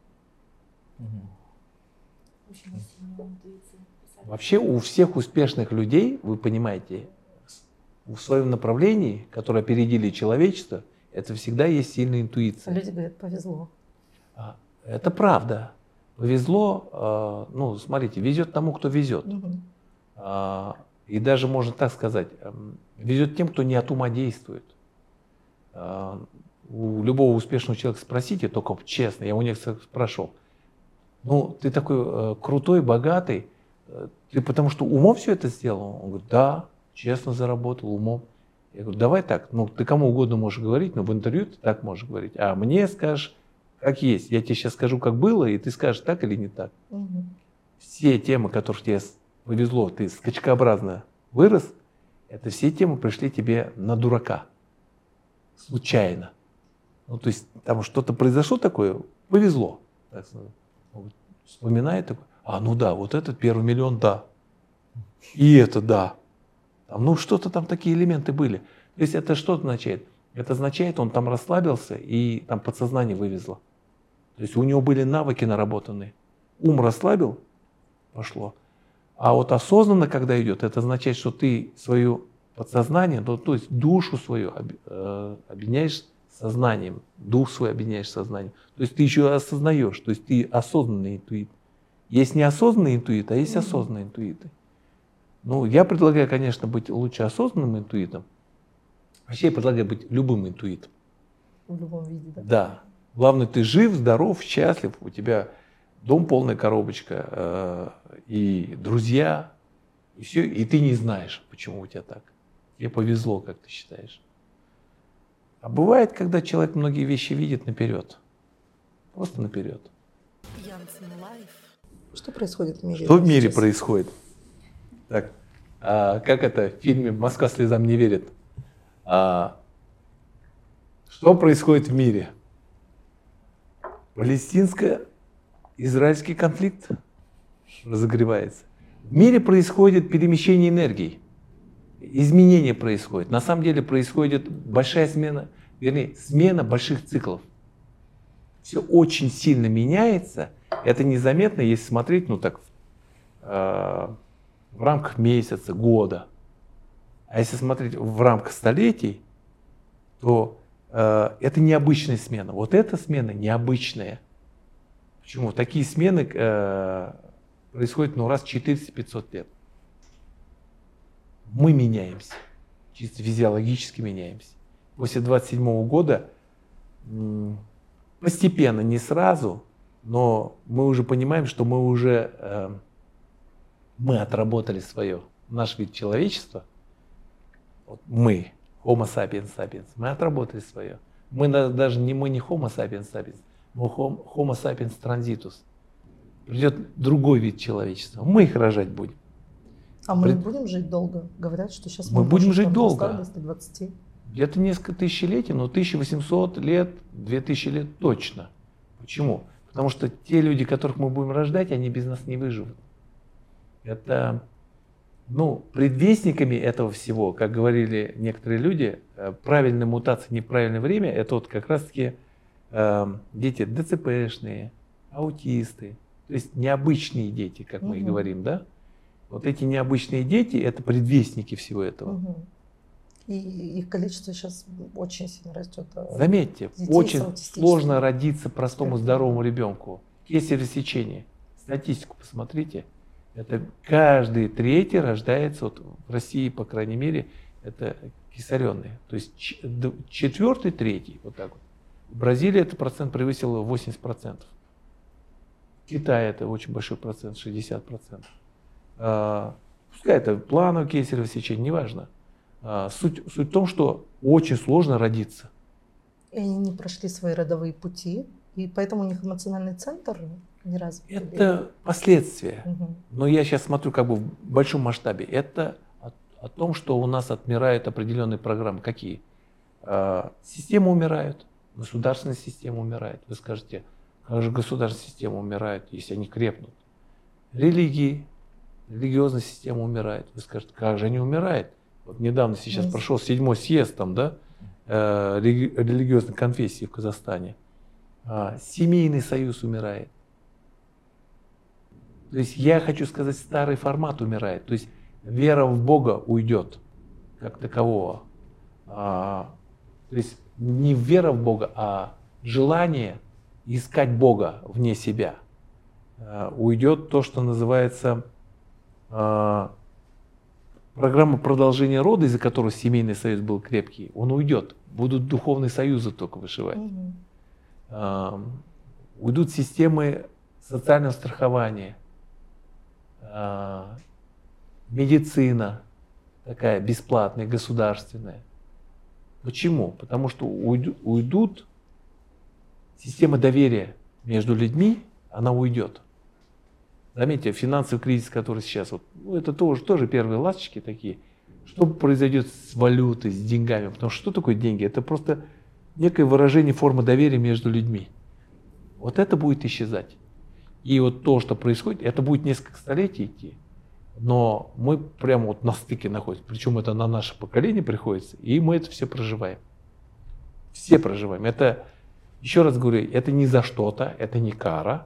Очень сильная интуиция. Вообще у всех успешных людей, вы понимаете, в своем направлении, которые опередили человечество, это всегда есть сильная интуиция. Люди говорят, повезло. Это правда. Повезло, ну, смотрите, везет тому, кто везет. Угу. И даже можно так сказать, везет тем, кто не от ума действует. У любого успешного человека спросите, только честно, я у некоторых спрашивал, ну, ты такой крутой, богатый, ты потому что умом все это сделал? Он говорит, да, честно заработал умом. Я говорю, давай так, ну ты кому угодно можешь говорить, но в интервью ты так можешь говорить. А мне скажешь, как есть. Я тебе сейчас скажу, как было, и ты скажешь, так или не так. Угу. Все темы, которые тебе повезло, ты скачкообразно вырос, это все темы пришли тебе на дурака. Случайно. Ну, то есть там что-то произошло такое, повезло. Так, вспоминает такое. А, ну да, вот этот первый миллион, да. И это, да. Там, ну, что-то там такие элементы были. То есть это что означает? Это означает, он там расслабился и там подсознание вывезло. То есть у него были навыки наработанные. Ум расслабил, пошло. А вот осознанно, когда идет, это означает, что ты свое подсознание, ну, то есть душу свою э, объединяешь сознанием, дух свой объединяешь сознанием. То есть ты еще осознаешь, то есть ты осознанный интуит. Есть неосознанные интуиты, а есть осознанные интуиты. Ну, я предлагаю, конечно, быть лучше осознанным интуитом. Вообще я предлагаю быть любым интуитом. В любом виде, да? Да. Главное, ты жив, здоров, счастлив, у тебя дом полная коробочка, э, и друзья, и все, и ты не знаешь, почему у тебя так. Тебе повезло, как ты считаешь. А бывает, когда человек многие вещи видит наперед. Просто наперед. Что происходит в мире? Что в мире происходит? Так, а, как это в фильме «Москва слезам не верит»? А, что происходит в мире? Палестинско-израильский конфликт разогревается. В мире происходит перемещение энергии. Изменения происходят. На самом деле происходит большая смена, вернее, смена больших циклов. Все очень сильно меняется. Это незаметно, если смотреть, ну так, э, в рамках месяца, года. А если смотреть в рамках столетий, то э, это необычная смена. Вот эта смена необычная. Почему? Такие смены э, происходят, ну, раз четыреста-пятьсот лет. Мы меняемся, чисто физиологически меняемся. После двадцать седьмого года постепенно, не сразу, но мы уже понимаем, что мы уже э, мы отработали свое. Наш вид человечества, вот мы, Homo sapiens sapiens, мы отработали свое. Мы даже не мы не Homo sapiens sapiens, мы Homo sapiens transitus. Придет другой вид человечества, мы их рожать будем. А мы Пред... будем жить долго? Говорят, что сейчас мы, мы будем жить долго. До ста двадцати. Где-то несколько тысячелетий, но тысяча восемьсот лет, две тысячи лет точно. Почему? Потому что те люди, которых мы будем рождать, они без нас не выживут. Это, ну, предвестниками этого всего, как говорили некоторые люди, правильная мутация, неправильное время, это вот как раз-таки э, дети ДЦПшные, аутисты, то есть необычные дети, как мы и говорим, да? Вот эти необычные дети, это предвестники всего этого. Угу. И их количество сейчас очень сильно растет. Заметьте, очень сложно родиться простому здоровому ребенку. Кесарево сечение. Статистику посмотрите. Это каждый третий рождается, вот в России, по крайней мере, это кесаренные. То есть четвертый, третий, вот так вот. В Бразилии этот процент превысил восемьдесят процентов. В Китае это очень большой процент, шестьдесят процентов. А, пускай это плановое кесарево сечение, неважно. А, суть, суть в том, что очень сложно родиться. И они не прошли свои родовые пути, и поэтому у них эмоциональный центр не развит. Это последствия. Угу. Но я сейчас смотрю как бы в большом масштабе. Это о, о том, что у нас отмирают определенные программы. Какие? А, системы умирают, государственная система умирает. Вы скажете, как же государственная система умирает, если они крепнут? Религии, религиозная система умирает. Вы скажете, как же они умирают? Вот недавно сейчас yes. прошел седьмой съезд там, да, э, религиозной конфессии в Казахстане. А, семейный союз умирает. То есть я хочу сказать, старый формат умирает. То есть вера в Бога уйдет как такового. А, то есть не вера в Бога, а желание искать Бога вне себя. А, уйдет то, что называется а, программа продолжения рода, из-за которой семейный союз был крепкий, он уйдет. Будут духовные союзы только вышивать. Mm-hmm. А, уйдут системы социального страхования. Медицина такая бесплатная, государственная. Почему? Потому что уйдут, уйдут система доверия между людьми, она уйдет. Заметьте, финансовый кризис, который сейчас, вот, ну, это тоже, тоже первые ласточки такие. Что произойдет с валютой, с деньгами? Потому что что такое деньги? Это просто некое выражение формы доверия между людьми. Вот это будет исчезать. И вот то, что происходит, это будет несколько столетий идти, но мы прямо вот на стыке находимся, причем это на наше поколение приходится, и мы это все проживаем. Все проживаем. Это, еще раз говорю, это не за что-то, это не кара,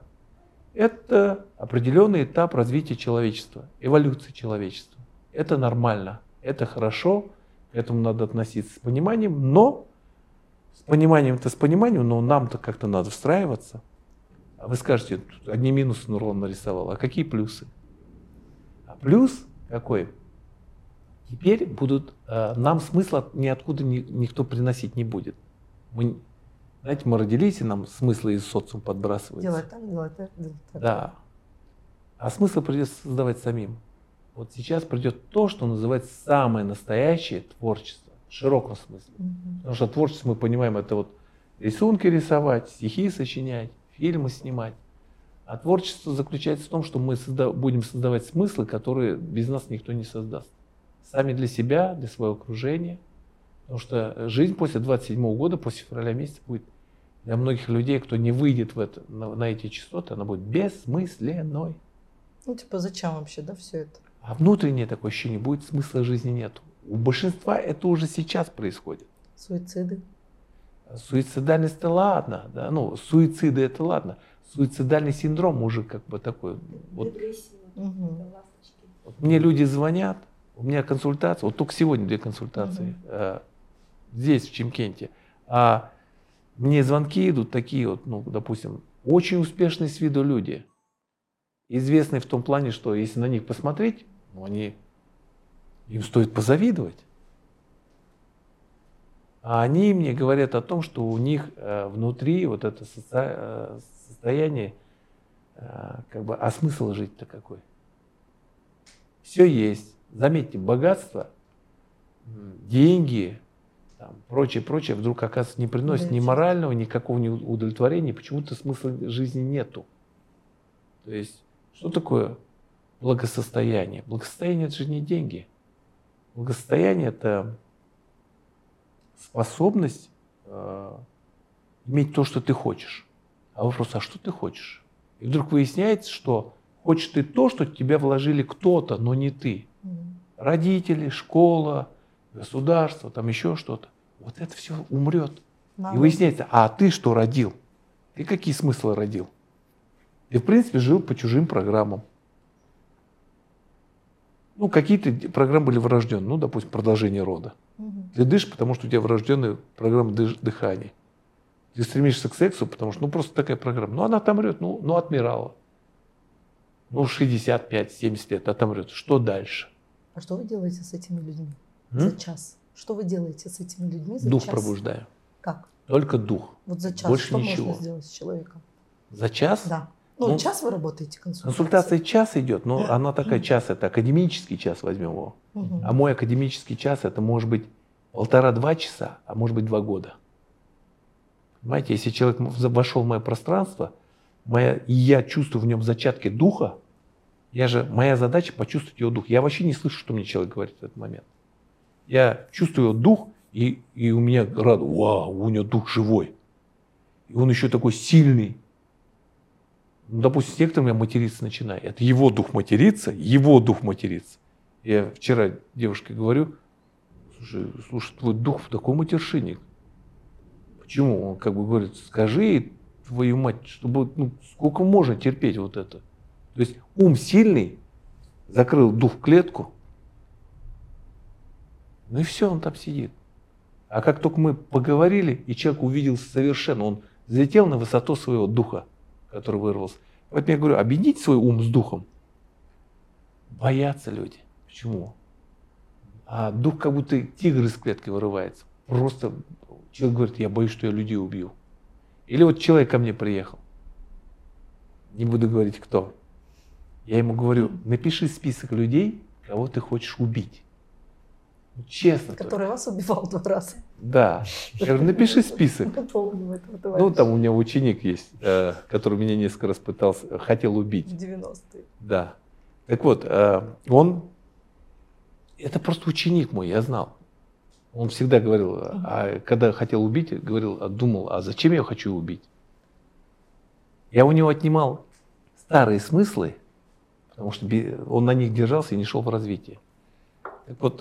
это определенный этап развития человечества, эволюции человечества. Это нормально, это хорошо, к этому надо относиться с пониманием, но с пониманием-то с пониманием, но нам-то как-то надо встраиваться. А вы скажете, одни минусы Нурлан нарисовал, а какие плюсы? А плюс какой? Теперь будут, э, нам смысла ниоткуда ни, никто приносить не будет. Мы, знаете, мы родились, и нам смыслы из социума подбрасываются. Делать так, делать так, делать так. Да. А смысл придется создавать самим. Вот сейчас придет то, что называется самое настоящее творчество, в широком смысле. Угу. Потому что творчество, мы понимаем, это вот рисунки рисовать, стихи сочинять, фильмы снимать. А творчество заключается в том, что мы созда- будем создавать смыслы, которые без нас никто не создаст. Сами для себя, для своего окружения. Потому что жизнь после двадцать седьмого года, после февраля месяца будет для многих людей, кто не выйдет в это, на, на эти частоты, она будет бессмысленной. Ну типа зачем вообще, да, все это? А внутреннее такое ощущение, будет смысла жизни нет. У большинства это уже сейчас происходит. Суициды. Суицидальность-то ладно, да, ну, суициды это ладно. Суицидальный синдром уже как бы такой. Вот, угу. вот мне люди звонят, у меня консультация, вот только сегодня две консультации, угу. э, здесь, в Чимкенте. А мне звонки идут такие вот, ну, допустим, очень успешные с виду люди. Известные в том плане, что если на них посмотреть, ну, они, им стоит позавидовать. А они мне говорят о том, что у них э, внутри вот это соци... э, состояние, э, как бы, а смысл жить-то какой? Все есть. Заметьте, богатство, деньги, там, прочее, прочее, вдруг, оказывается, не приносит ни морального, никакого ни удовлетворения, почему-то смысла жизни нету. То есть, что такое благосостояние? Благосостояние – это же не деньги. Благосостояние – это способность э, иметь то, что ты хочешь. А вопрос, а что ты хочешь? И вдруг выясняется, что хочешь ты то, что в тебя вложили кто-то, но не ты. Мгм. Родители, школа, государство, там еще что-то. Вот это все умрет. Надо. И выясняется, а ты что родил? Ты какие смыслы родил? Ты, в принципе, жил по чужим программам. Ну, какие-то программы были врожденные, ну, допустим, продолжение рода. Мгм. Ты дышишь, потому что у тебя врожденная программа дыш- дыхания. Ты стремишься к сексу, потому что, ну, просто такая программа. Ну, она отомрет, ну, ну отмирала. Ну, шестьдесят пять - семьдесят лет отомрет. Что дальше? А что вы делаете с этими людьми М? за час? Что вы делаете с этими людьми за Дух час? пробуждаю. Как? Только дух. Вот за час Больше что ничего. можно сделать с человеком? За час? Да. Ну, Ну, час вы работаете консультацией. Консультация час идет, но она такая час, это академический час, возьмем его. Мгм. А мой академический час это может быть полтора-два часа, а может быть два года. Понимаете, если человек вошел в мое пространство, моя, и я чувствую в нем зачатки духа, я же, моя задача почувствовать его дух. Я вообще не слышу, что мне человек говорит в этот момент. Я чувствую его дух, и, и у меня рад, вау, у него дух живой. И он еще такой сильный. Ну, допустим, с некоторыми я материться начинаю. Это его дух матерится, его дух матерится. Я вчера девушке говорю, слушай, слушай, твой дух в такой матершинник. Почему? Он как бы говорит, скажи, твою мать, чтобы, ну, сколько можно терпеть вот это. То есть ум сильный, закрыл дух в клетку, ну и все, он там сидит. А как только мы поговорили, и человек увидел совершенно, он взлетел на высоту своего духа, который вырвался. Поэтому я говорю, объедините свой ум с духом. Боятся люди. Почему? А дух как будто тигр из клетки вырывается. Просто человек говорит, я боюсь, что я людей убью. Или вот человек ко мне приехал. Не буду говорить кто. Я ему говорю, напиши список людей, кого ты хочешь убить. Ну, честно. Который вас убивал два раза. Да. Я говорю, напиши список. Я помню этого Ну, товарища. там у меня ученик есть, э, который меня несколько раз пытался, хотел убить. В девяностые. Да. Так вот, э, он, это просто ученик мой, я знал. Он всегда говорил, а когда хотел убить, говорил, а думал, а зачем я хочу убить? Я у него отнимал старые смыслы, потому что он на них держался и не шел в развитие. Так вот,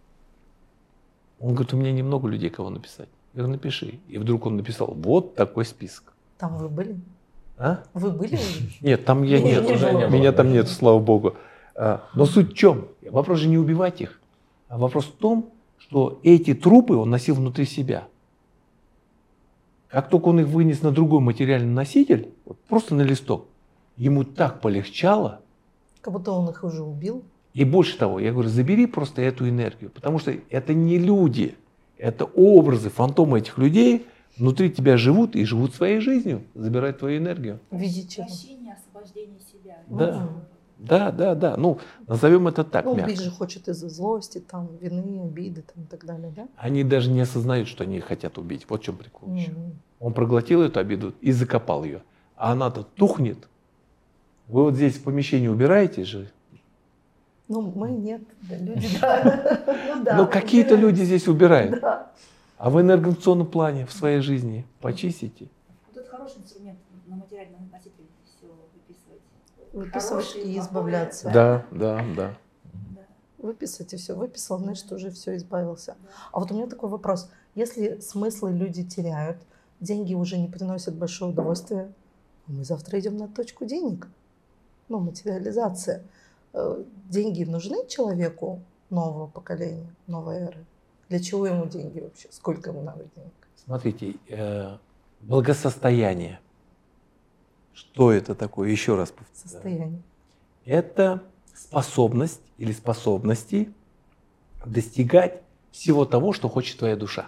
он говорит, у меня немного людей, кого написать. Я говорю, напиши. И вдруг он написал, вот такой список. Там вы были? А? Вы были уже? Нет, там я Не, нет, не уже было. не- меня там нет, слава богу. А, Но суть в чем? Вопрос же не убивать их, а вопрос в том, что эти трупы он носил внутри себя. Как только он их вынес на другой материальный носитель, вот просто на листок, ему так полегчало. Как будто он их уже убил. И больше того, я говорю, забери просто эту энергию, потому что это не люди, это образы, фантомы этих людей внутри тебя живут и живут своей жизнью, забирают твою энергию. В виде чего? Прощение, освобождение себя. Да. Мгм. Да, да, да. Ну, назовем это так, Ну, мягко. убить же хочет из-за злости, там, вины, обиды там, и так далее, да? Они даже не осознают, что они хотят убить. Вот в чем прикол еще. Мгм. Он проглотил эту обиду и закопал ее. А она-то тухнет. Вы вот здесь в помещении убираете же. Ну, мы нет, да, люди, да. Ну, да, Ну, какие-то убираем. люди здесь убирают. Да. А в энергоционном плане, в своей жизни почистите. Вот это хороший инструмент на материальном носителе все выписывать. Выписывать Хорошие, и плохое. избавляться. Да, да, да. Да. Выписать и все. Выписал, значит, уже все избавился. Да. А вот у меня такой вопрос. Если смыслы люди теряют, деньги уже не приносят большое удовольствие, мы завтра идем на точку денег. Ну, материализация. Э, Деньги нужны человеку нового поколения, новой эры? Для чего ему деньги вообще? Сколько ему надо денег? Смотрите, э, благосостояние. Что это такое? Еще раз повторяю. Состояние. Это способность или способности достигать всего того, что хочет твоя душа.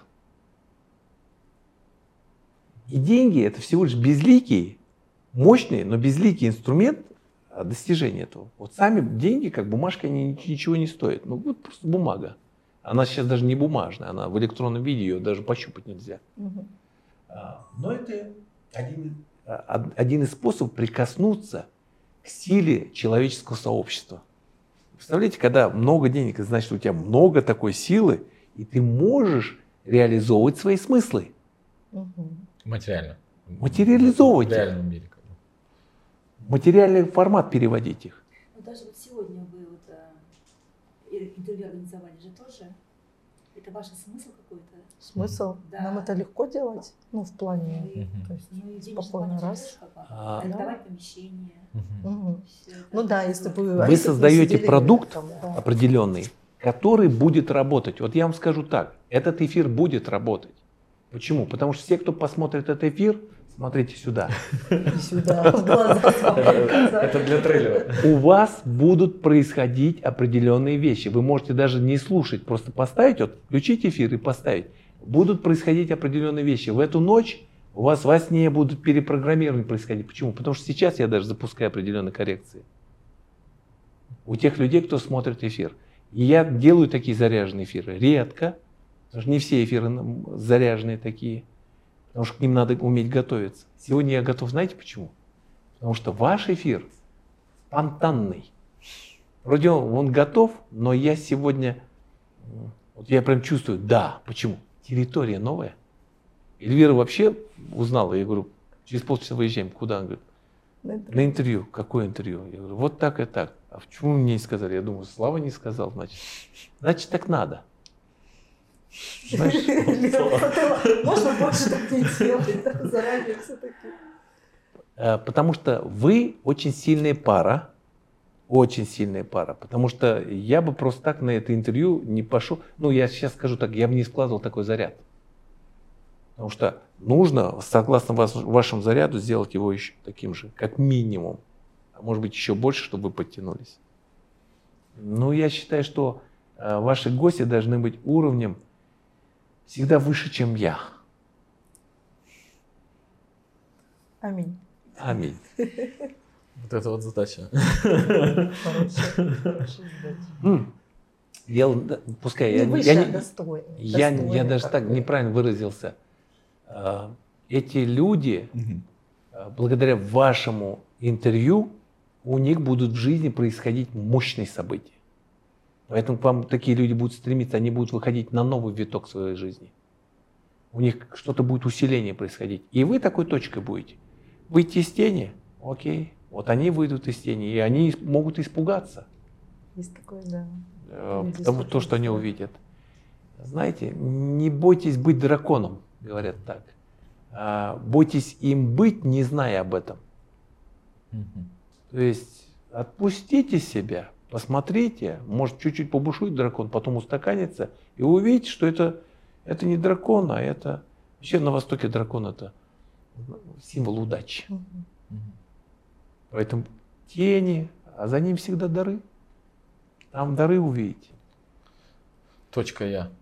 И деньги – это всего лишь безликий, мощный, но безликий инструмент достижения этого. Вот сами деньги, как бумажка, они ничего не стоят. Ну, вот просто бумага. Она сейчас даже не бумажная, она в электронном виде, ее даже пощупать нельзя. Мгм. А, Но это один, а, один из способов прикоснуться к силе человеческого сообщества. Представляете, когда много денег, это значит, у тебя много такой силы, и ты можешь реализовывать свои смыслы. Мгм. Материально. Материализовывать В их. реальном мире. как бы. В материальный формат переводить их. Ну, даже вот сегодня вы вот э, и- интервью организовали же тоже. Это ваш смысл какой-то? Смысл? Да. Нам это легко делать? Ну, в плане... Ну, и- Мгм. То есть, Ну и денежный спокойно, план раз. тоже как бы. А, Арендовать помещение. Мгм. Мгм. всё это. Ну да, если бы... Вы а если бы мы создаете сидели продукт там, да. определенный, который будет работать. Вот я вам скажу так, этот эфир будет работать. Почему? Потому что все, кто посмотрит этот эфир, смотрите сюда, И сюда, в глаза свои показать. Это для трейлера. у вас будут происходить определенные вещи. Вы можете даже не слушать, просто поставить, вот включить эфир и поставить. Будут происходить определенные вещи. В эту ночь у вас во сне будут перепрограммирования происходить. Почему? Потому что сейчас я даже запускаю определенные коррекции. У тех людей, кто смотрит эфир. И я делаю такие заряженные эфиры. Редко, потому что не все эфиры м, заряженные такие. Потому что к ним надо уметь готовиться. Сегодня я готов, знаете почему? Потому что ваш эфир спонтанный. Вроде он, он готов, но я сегодня, м, вот я прям чувствую, да, почему? Территория новая. Эльвира вообще узнала, я говорю, через полчаса выезжаем. Куда? Она говорит, на интервью. Какое интервью? Я говорю, вот так и так. А почему мне не сказали? Я думаю, Слава не сказал, значит. Значит, так надо. Знаешь, Можно больше так не делать, да, заранее все-таки. э, потому что вы очень сильная пара. Очень сильная пара. Потому что я бы просто так на это интервью не пошел. Ну, я сейчас скажу так, я бы не складывал такой заряд. Потому что нужно, согласно вас- вашему заряду, сделать его еще таким же, как минимум. А может быть, еще больше, чтобы вы подтянулись. Ну, я считаю, что э, ваши гости должны быть уровнем всегда выше, чем я. Аминь. Аминь. Вот это вот задача. Хорошая, хорошая задача. М. Дело, да, пускай, я, Не я выше, не- а достойно. я, я Достойно даже так как-то. неправильно выразился. А, Эти люди, а, благодаря вашему интервью, у них будут в жизни происходить мощные события. Поэтому к вам такие люди будут стремиться, они будут выходить на новый виток своей жизни. У них что-то будет усиление происходить. И вы такой точкой будете. Выйти из тени, окей. Вот они выйдут из тени, и они могут испугаться. Есть такое, да. Э, Люди Потому то, что они испугаются. увидят. Знаете, не бойтесь быть драконом, говорят так. А, бойтесь им быть, не зная об этом. То есть отпустите себя, посмотрите, может чуть-чуть побушует дракон, потом устаканится, и вы увидите, что это, это не дракон, а это... Вообще на Востоке дракон это символ удачи. Мгм. Поэтому тени, а за ним всегда дары. Там дары увидите. Точка я.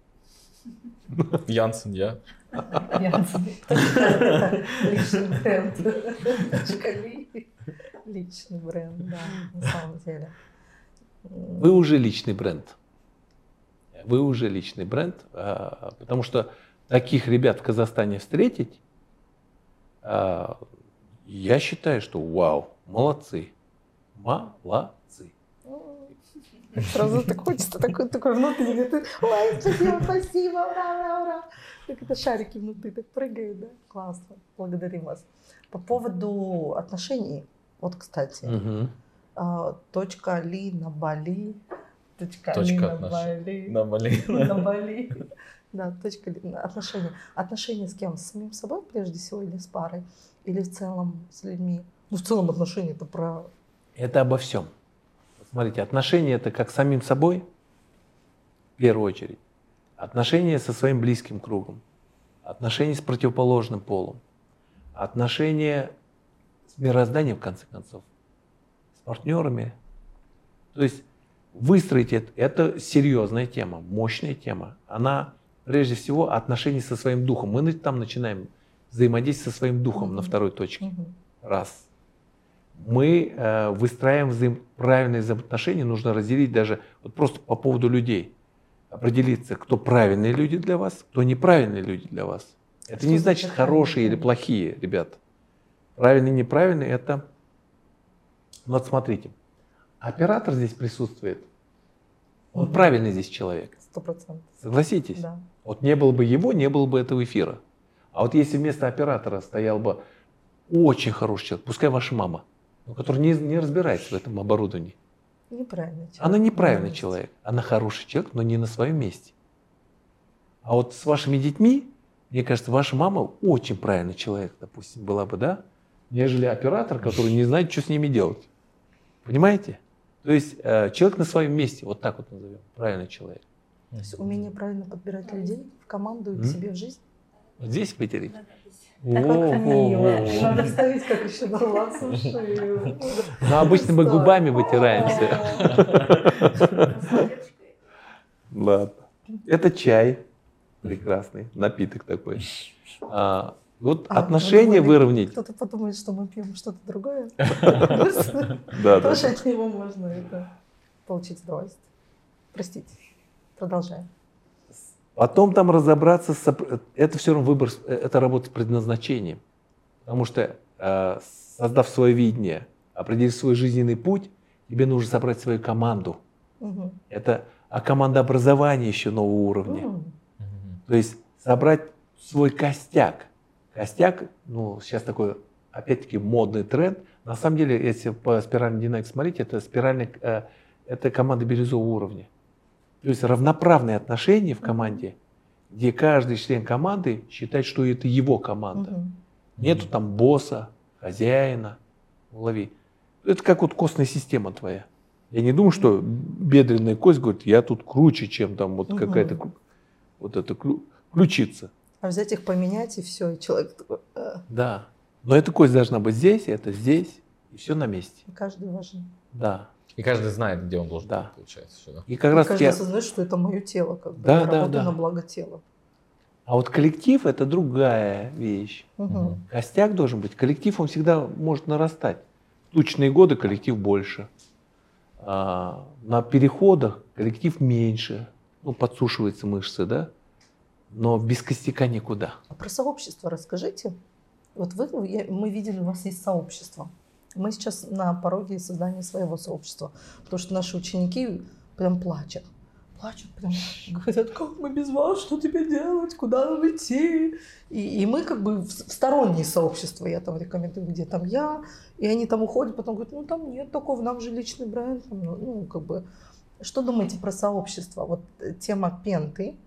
Янсен я. Янсен. Личный бренд. Точка Ли. Личный бренд, да, на самом деле. Вы уже личный бренд. Вы уже личный бренд, а, потому что таких ребят в Казахстане встретить, а, я считаю, что вау, молодцы. Молодцы. Так сразу так хочется, такой, такой внутренний, ты, ой, спасибо, спасибо, ура, ура, ура. Так это шарики внутри так прыгают, да? Классно, благодарим вас. По поводу отношений, вот, кстати, Мгм. а, точка Ли на Бали, точка Ли Точка на отношений. Бали, На Бали. на Бали. Да, точка Ли, на отношения. Отношения с кем? С самим собой прежде всего или с парой? Или в целом с людьми? Ну, в целом отношения это про... Это обо всем. Смотрите, отношения это как с самим собой, в первую очередь. Отношения со своим близким кругом. Отношения с противоположным полом. Отношения с мирозданием, в конце концов. С партнерами. То есть выстроить это, это серьезная тема, мощная тема. Она, прежде всего, отношения со своим духом. Мы там начинаем взаимодействовать со своим духом Мгм. на второй точке. Мгм. Раз. Мы э, выстраиваем взаим... правильные взаимоотношения, нужно разделить даже вот просто по поводу людей. Определиться, кто правильные люди для вас, кто неправильные люди для вас. Это Что не значит значит хорошие или правильные? плохие, ребят. Правильные и неправильные это... Вот смотрите, оператор здесь присутствует. Он Мгм. правильный здесь человек. Сто процентов. Согласитесь? Да. Вот не было бы его, не было бы этого эфира. А вот если вместо оператора стоял бы очень хороший человек, пускай ваша мама, но который не, не разбирается в этом оборудовании. Неправильный человек. Она неправильный человек. Она хороший человек, но не на своем месте. А вот с вашими детьми, мне кажется, ваша мама очень правильный человек, допустим, была бы, да? Нежели оператор, который не знает, что с ними делать. Понимаете? То есть э, человек на своем месте, вот так вот назовем, правильный человек. То есть умение правильно подбирать людей в команду и к М? себе в жизнь. Вот здесь в Питере. Да, да, здесь. Так как мило. О-о-о. Надо вставить, как еще Нурлан, слушай. Ну, обычно мы губами вытираемся. С поддержкой. Ладно. Это чай. Прекрасный напиток такой. А, вот А, отношения вы думали, выровнять. Кто-то подумает, что мы пьем что-то другое. Да, да. Тоже от него можно это получить удовольствие. Простите. Продолжаем. Потом там разобраться, с, оп- это все равно выбор, с- это работа с предназначением. Потому что, э, создав свое видение, определив свой жизненный путь, тебе нужно собрать свою команду. Мгм. Это а командообразование еще нового уровня. М. То есть собрать свой костяк. Костяк, ну, сейчас такой, опять-таки, модный тренд. На самом деле, если по спиральной динамике смотреть, это спиральная, э, это команда бирюзового уровня. То есть равноправные отношения в команде, где каждый член команды считает, что это его команда. Мгм. Нету там босса, хозяина, улови. Это как вот костная система твоя. Я не думаю, что бедренная кость говорит, я тут круче, чем там вот Мгм. какая-то ку- вот эта клю- ключица. А взять их поменять, и все, и человек такой, «А, Да. Но эта кость должна быть здесь, это здесь, и все на месте. каждый важен. Да. И каждый знает, где он должен Да. быть, получается. Всё, да? И как И раз каждый я... осознает, что это мое тело, как бы. Да, я да, работаю да. на благо тела. А вот коллектив это другая вещь. Мгм. Костяк должен быть. Коллектив, он всегда может нарастать. В тучные годы коллектив больше. А, на переходах коллектив меньше. Ну, подсушиваются мышцы, да? Но без костяка никуда. А про сообщество расскажите. Вот вы, я- мы видели, у вас есть сообщество. Мы сейчас на пороге создания своего сообщества. Потому что наши ученики прям плачут. Плачут прям. Говорят, как мы без вас, что тебе делать, куда нам идти? И, и мы как бы в, в стороннее сообщество, я там рекомендую, где там я. И они там уходят, потом говорят, ну там нет такого, нам же личный бренд. Там, ну, ну, как бы. Что думаете про сообщество? Вот э, тема пенты.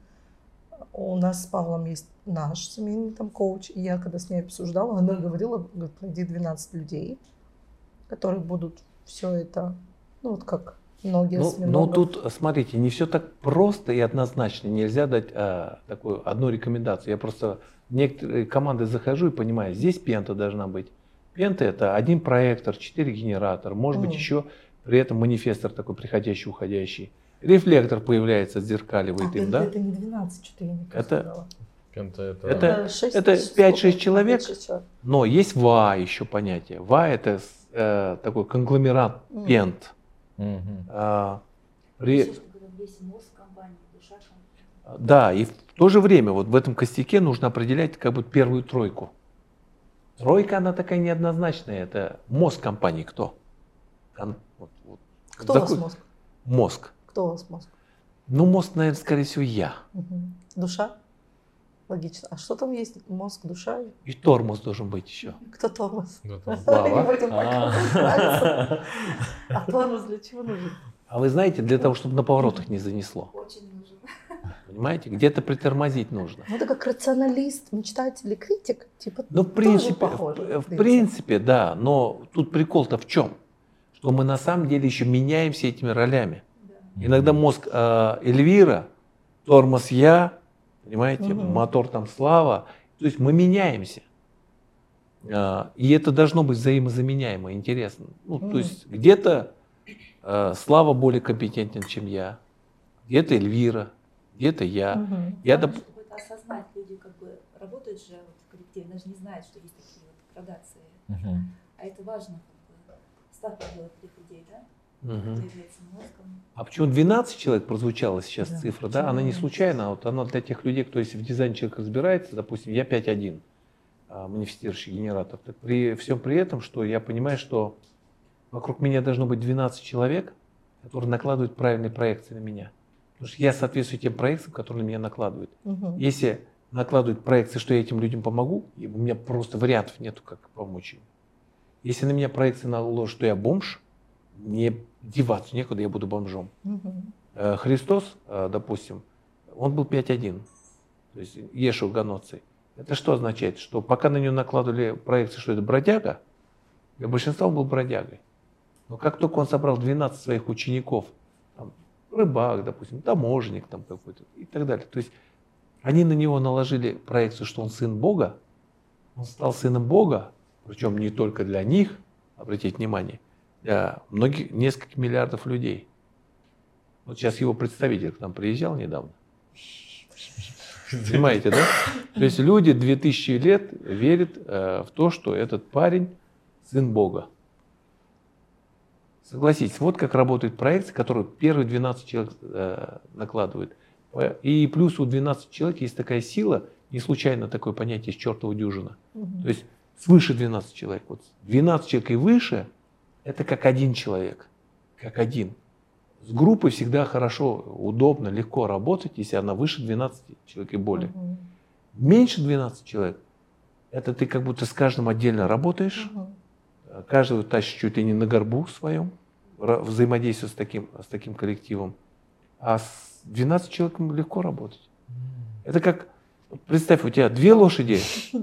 У нас с Павлом есть наш семейный там коуч, и я когда с ней обсуждала, она говорила, говорит, найди двенадцать людей, которые будут все это, ну вот как ноги Ну, но осьминога. тут, смотрите, не все так просто и однозначно. Нельзя дать а, такую одну рекомендацию. Я просто в некоторые команды захожу и понимаю, здесь пента должна быть. Пента это один проектор, четыре генератора, может быть Мгм. еще при этом манифестор такой приходящий, уходящий. Рефлектор появляется, отзеркаливает А, им, это, да? это не двенадцать, что я не Это- сказала. Пента это... Это- шесть, это сколько? пять-шесть человек. пять-шесть человек. Но есть ВА еще понятие. ВА это э, такой конгломерат Мгм. пент. Мгм. А, при- Все, что говорят, весь мозг компании, душа компании. Да, и в то же время вот в этом костяке нужно определять как бы первую тройку. Тройка, она такая неоднозначная. Это мозг компании кто? Кон- вот- вот. Кто у вас Закон- мозг? Мозг. Кто у вас мозг? Ну, мозг, наверное, скорее всего, я. Мгм. Душа? Логично. А что там есть? Мозг, душа? И тормоз должен быть еще. Кто тормоз? Да, там Лава. лава. Будем показывать. А тормоз для чего нужен? А вы знаете, для того, чтобы на поворотах не занесло. Очень нужен. Понимаете? Где-то притормозить нужно. Ну, это как рационалист, мечтатель и критик. Типа, Ну, в тоже принципе, похоже, в, в принципе, да. Но тут прикол-то в чем? Что мы на самом деле еще меняемся этими ролями. Да. Иногда мозг э, Эльвира, тормоз я, понимаете, Мгм. мотор там Слава. То есть мы меняемся. Э, и это должно быть взаимозаменяемо, интересно. Ну, Мгм. то есть где-то э, Слава более компетентен, чем я, где-то Эльвира, где-то я. Мгм. Я Главное, доп- чтобы это осознать, люди как бы работают же вот в коллективе, даже не знают, что есть такие вот градации. Мгм. А это важно, как бы, ставку делать этих людей, да? Мгм. Кто является мозгом. А почему двенадцать человек прозвучала сейчас Да, цифра, да? Она не почему? случайно, а вот она для тех людей, кто если в дизайне человек разбирается, допустим, я пять один, а, манифестирующий генератор, так при всем при этом, что я понимаю, что вокруг меня должно быть двенадцать человек, которые накладывают правильные проекции на меня. Потому что я соответствую тем проекциям, которые на меня накладывают. Мгм. Если накладывают проекции, что я этим людям помогу, и у меня просто вариантов нету, как помочь им. Если на меня проекции наложат, что я бомж, мне деваться некуда, я буду бомжом. Мгм. Э, Христос, э, допустим, он был пять один, то есть Ешуа Ганоций. Это что означает? Что пока на него накладывали проекции, что это бродяга, для большинства он был бродягой. Но как только он собрал двенадцать своих учеников, там, рыбак, допустим, таможенник там какой-то и так далее, то есть они на него наложили проекцию, что он сын Бога, он стал сыном Бога, причем не только для них, обратите внимание, для многих, нескольких миллиардов людей. Вот сейчас его представитель к нам приезжал недавно. Понимаете, да? То есть люди две тысячи лет верят э, в то, что этот парень сын Бога. Согласитесь, вот как работает проекция, которую первые двенадцать человек э, накладывают. И плюс у двенадцати человек есть такая сила, не случайно такое понятие есть чертова дюжина. Мгм. То есть свыше двенадцати человек. Вот двенадцать человек и выше – это как один человек, как один. С группой всегда хорошо, удобно, легко работать, если она выше двенадцати человек и более. Мгм. Меньше двенадцати человек – это ты как будто с каждым отдельно работаешь, Мгм. каждого тащишь чуть ли не на горбу своем, ра- взаимодействуя с таким, с таким коллективом. А с двенадцатью человеком легко работать. Это как, вот представь, у тебя две лошади.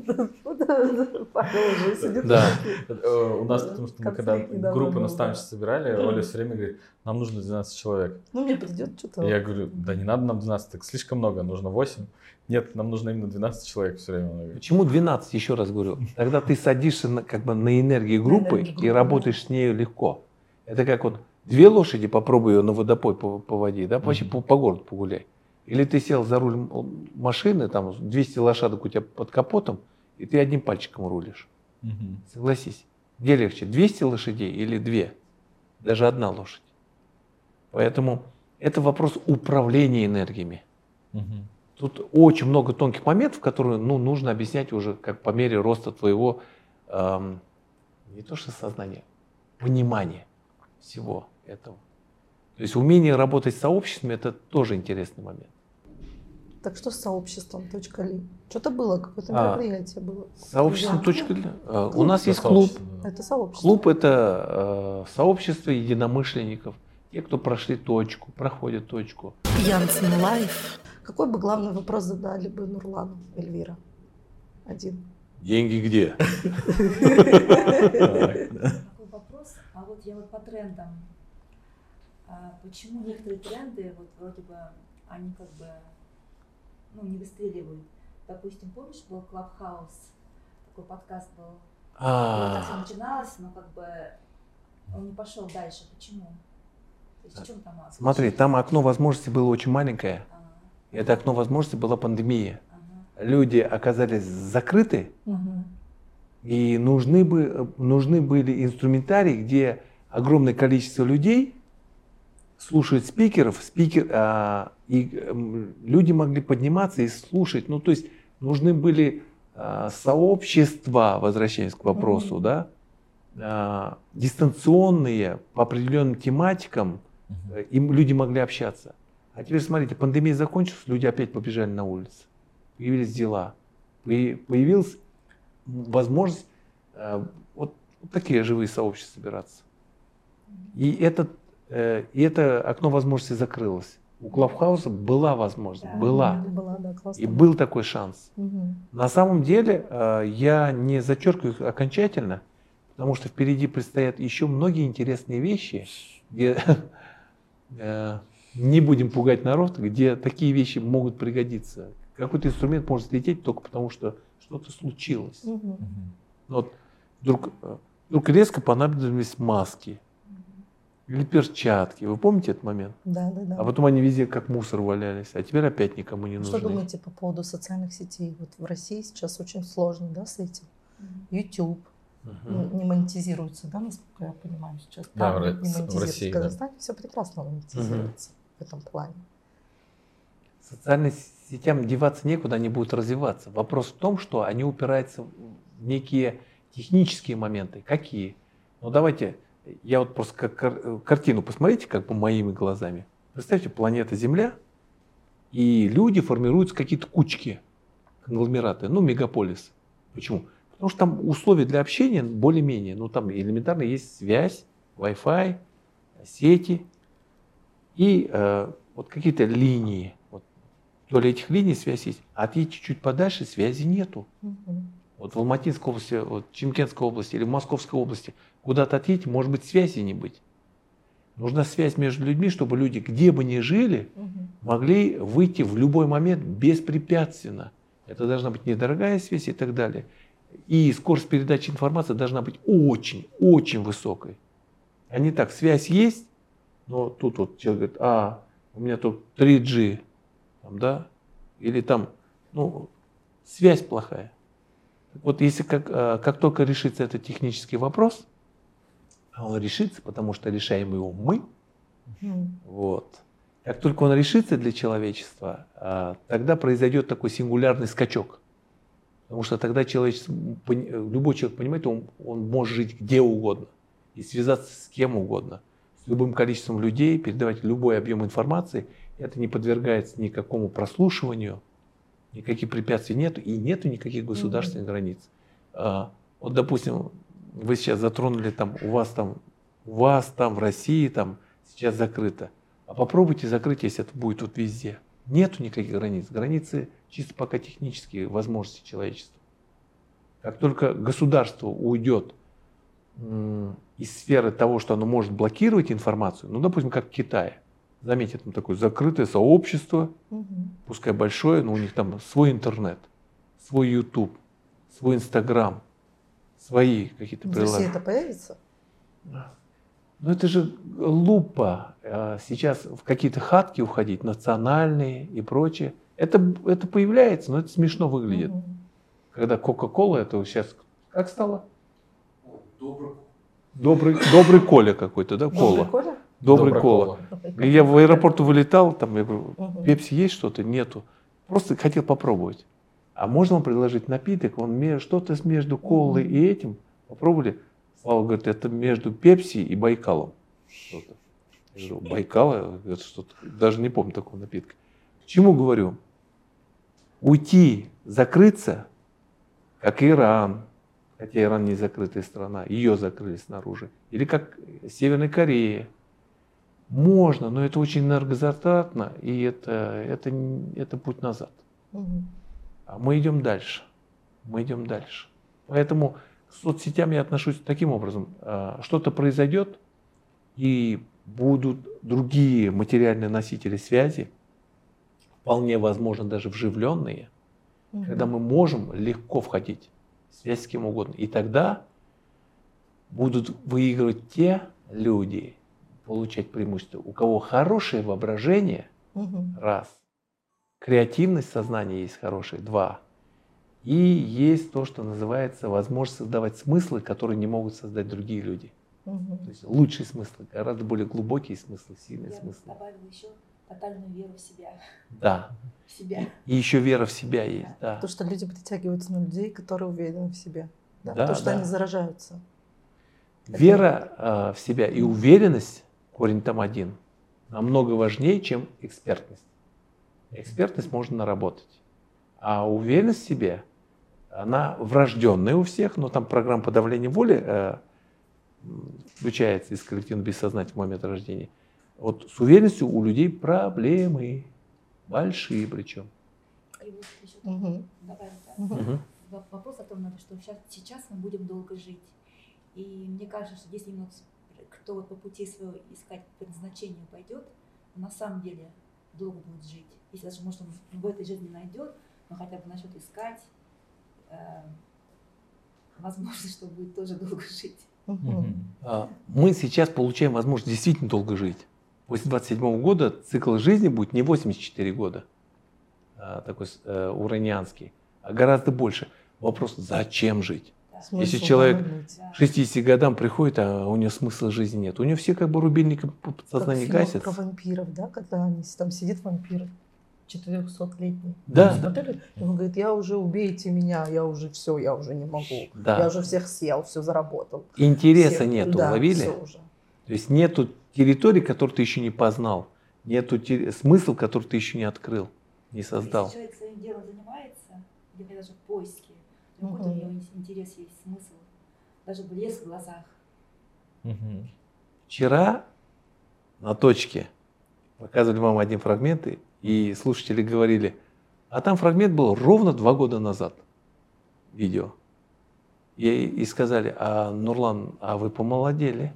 Павел уже сидит. Да. Э, У нас, потому что мы когда Конфликт недавно группу был, наставничеств собирали, Оля все время говорит, нам нужно двенадцать человек. Ну, мне придет что-то. И я говорю, да не надо нам двенадцать, так слишком много, нужно восемь. Нет, нам нужно именно двенадцать человек все время. Она говорит. Почему двенадцать, еще раз говорю? Тогда ты садишься на, как бы на энергии группы энергии и группы, работаешь с ней легко. Это как вот две лошади, попробуй ее на водопой по, поводи, да, вообще Мгм. по, по городу погуляй. Или ты сел за руль м- машины, там двести лошадок у тебя под капотом, и ты одним пальчиком рулишь. Мгм. Согласись, где легче, двести лошадей или две? Даже одна лошадь. Поэтому это вопрос управления энергиями. Мгм. Тут очень много тонких моментов, которые ну, нужно объяснять уже как по мере роста твоего, эм, не то что сознания, понимания всего этого. То есть умение работать с сообществами – это тоже интересный момент. Так что с сообществом точка ли? Что-то было, какое-то А, мероприятие было. Сообщество Да. точка ли? Э, У Клуб. нас Это есть клуб. сообщество, да. Это сообщество. Клуб – это э, сообщество единомышленников, те, кто прошли точку, проходят точку. Янсен Лайф. Какой бы главный вопрос задали бы Нурлану, Эльвира? Один. Деньги где? Такой вопрос, а вот я вот по трендам, а почему некоторые тренды, вот вроде бы, они как бы, ну, не выстреливают? Допустим, помнишь, был Clubhouse, такой подкаст был, и вот так все А, начиналось, но как бы он не пошел дальше. Почему? То есть в чем там? Смотри, там окно возможностей было очень маленькое. А, И это окно возможностей была пандемия. ага, Люди оказались закрыты, Мгм. и нужны, бы, нужны были инструментарии, где огромное количество людей слушают спикеров, спикер, а, и м, люди могли подниматься и слушать. Ну, то есть нужны были а, сообщества, возвращаясь к вопросу, Мгм. да, а, дистанционные по определенным тематикам, Мгм. э, им люди могли общаться. А теперь смотрите, пандемия закончилась, люди опять побежали на улицы. Появились дела. Поя- Появилась возможность э, вот, вот такие живые сообщества собираться. И, этот, э, и это окно возможностей закрылось. У Клабхауса была возможность, Да. была. Была, да, классно. И был такой шанс. Мгм. На самом деле э, я не зачеркиваю их окончательно, потому что впереди предстоят еще многие интересные вещи, где э, не будем пугать народ, где такие вещи могут пригодиться. Какой-то инструмент может слететь только потому, что что-то случилось. Мгм. Мгм. Вот вдруг, э, вдруг резко понадобились маски или перчатки. Вы помните этот момент? Да, да, да. А потом они везде как мусор валялись, а теперь опять никому не Что нужны. думаете по поводу социальных сетей? Вот в России сейчас очень сложно, да, с этим. мгм. YouTube Мгм. ну, не монетизируется, да, насколько я понимаю сейчас. Да, Там в не Ро- в монетизируется. России, В да. Казахстане все прекрасно монетизируется в этом плане. Социальным сетям деваться некуда, они будут развиваться. Вопрос в том, что они упираются в некие технические моменты. Какие? Ну давайте, я вот просто как кар- картину посмотрите, как бы моими глазами. Представьте, планета Земля, И люди формируются какие-то кучки, конгломераты, ну, мегаполис. Почему? Потому что там условия для общения более-менее. Ну, там элементарно есть связь, Wi-Fi, сети и э, вот какие-то линии. Вот, вдоль этих линий связь есть. А отъедьте чуть подальше, связи нету. Мгм. Вот в Алматинской области, вот в Чимкентской области или в Московской области куда-то отъедете, может быть, связи не быть. Нужна связь между людьми, чтобы люди, где бы ни жили, Мгм. могли выйти в любой момент беспрепятственно. Это должна быть недорогая связь и так далее. И скорость передачи информации должна быть очень, очень высокой. А не так, связь есть, но тут вот человек говорит, а, у меня тут три джи, там, да, или там, ну, связь плохая. Вот если как, как только решится этот технический вопрос, а он решится, потому что решаем его мы, Мгм. вот. Как только он решится для человечества, тогда произойдет такой сингулярный скачок. Потому что тогда человечество, любой человек понимает, он, он может жить где угодно и связаться с кем угодно, с любым количеством людей, передавать любой объем информации. Это не подвергается никакому прослушиванию, никаких препятствий нету и нету никаких государственных mm-hmm. границ. А, вот, допустим, вы сейчас затронули там, у вас там, у вас там в России там сейчас закрыто. А попробуйте закрыть, если это будет вот везде. Нету никаких границ. Границы чисто пока технические возможности человечества. Как только государство уйдет м- из сферы того, что оно может блокировать информацию, ну, допустим, как в Китае. Заметьте, там такое закрытое сообщество, угу. пускай большое, но у них там свой интернет, свой YouTube, свой Инстаграм, свои какие-то приложения. В России это появится? Ну это же глупо сейчас в какие-то хатки уходить, национальные и прочее. Это, это появляется, но это смешно выглядит. Угу. Когда Кока-Кола, это сейчас как стало? Добрый, добрый, добрый Коля какой-то, да? Кола. Добрый Коля? Добрый, Добрый кола. кола. Я в аэропорту вылетал, там я говорю, угу. Пепси есть что-то? Нету. Просто хотел попробовать. А можно вам предложить напиток? Он что-то между колой угу. и этим. Попробовали? Слава говорит, это между Пепси и Байкалом. Что-то. Я говорю, Байкал? Это что-то. Даже не помню такого напитка. К чему говорю? Уйти, закрыться, как Иран, хотя Иран не закрытая страна, ее закрыли снаружи. Или как Северная Корея. Можно, но это очень энергозатратно, и это, это, это путь назад. Угу. А мы идем дальше. Мы идем дальше. Поэтому к соцсетям я отношусь таким образом. Что-то произойдет, и будут другие материальные носители связи, вполне возможно даже вживленные, угу. когда мы можем легко входить в связь с кем угодно. И тогда будут выигрывать те люди, получать преимущество, у кого хорошее воображение, угу. раз, креативность сознания есть хорошая, два, и есть то, что называется возможность создавать смыслы, которые не могут создать другие люди. Угу. То есть лучшие смыслы, гораздо более глубокие смыслы, сильные Я смыслы. Добавила еще тотальную веру в себя. Да. В себя. И еще вера в себя есть, да. То, что люди притягиваются на людей, которые уверены в себе. Да? Да, то, что да. они заражаются. Вера э, в себя и уверенность, корень там один, намного важнее, чем экспертность. Экспертность можно наработать. А уверенность в себе, она врожденная у всех, но там программа подавления воли э, включается из коллективного бессознательного в момент рождения. Вот с уверенностью у людей проблемы, большие причем. И вот еще угу. добавить, да? Угу. Вопрос о том, что сейчас, сейчас мы будем долго жить. И мне кажется, что если именно кто вот по пути своего искать предназначение пойдет, он на самом деле долго будет жить. Если даже, может, он в этой жизни найдет, но хотя бы начнет искать, э, возможно, что будет тоже долго жить. Угу. Мы сейчас получаем возможность действительно долго жить. После двадцать седьмого года цикл жизни будет не восемьдесят четыре года, такой э, уранианский, а гораздо больше. Вопрос, зачем жить? Смысл Если человек да. к шестидесяти годам приходит, а у него смысла жизни нет. У него все как бы рубильники подсознания гасятся. Про вампиров, да, когда они, там сидит вампир четырехсотлетний. Да. Смотрели? Он говорит, я уже, убейте меня, я уже все, я уже не могу. Да. Я уже всех съел, все заработал. Интереса всех. нету, да, ловили? Все уже. То есть нету территории, которую ты еще не познал. Нету тер... смысл, который ты еще не открыл. не создал. Если человек своим делом занимается, или даже в поиске, то Мгм. какой-то у него интерес есть, смысл, даже блеск в глазах. Мгм. Вчера на точке показывали вам один фрагмент, и слушатели говорили, а там фрагмент был ровно два года назад, видео. И, и сказали, а Нурлан, а вы помолодели.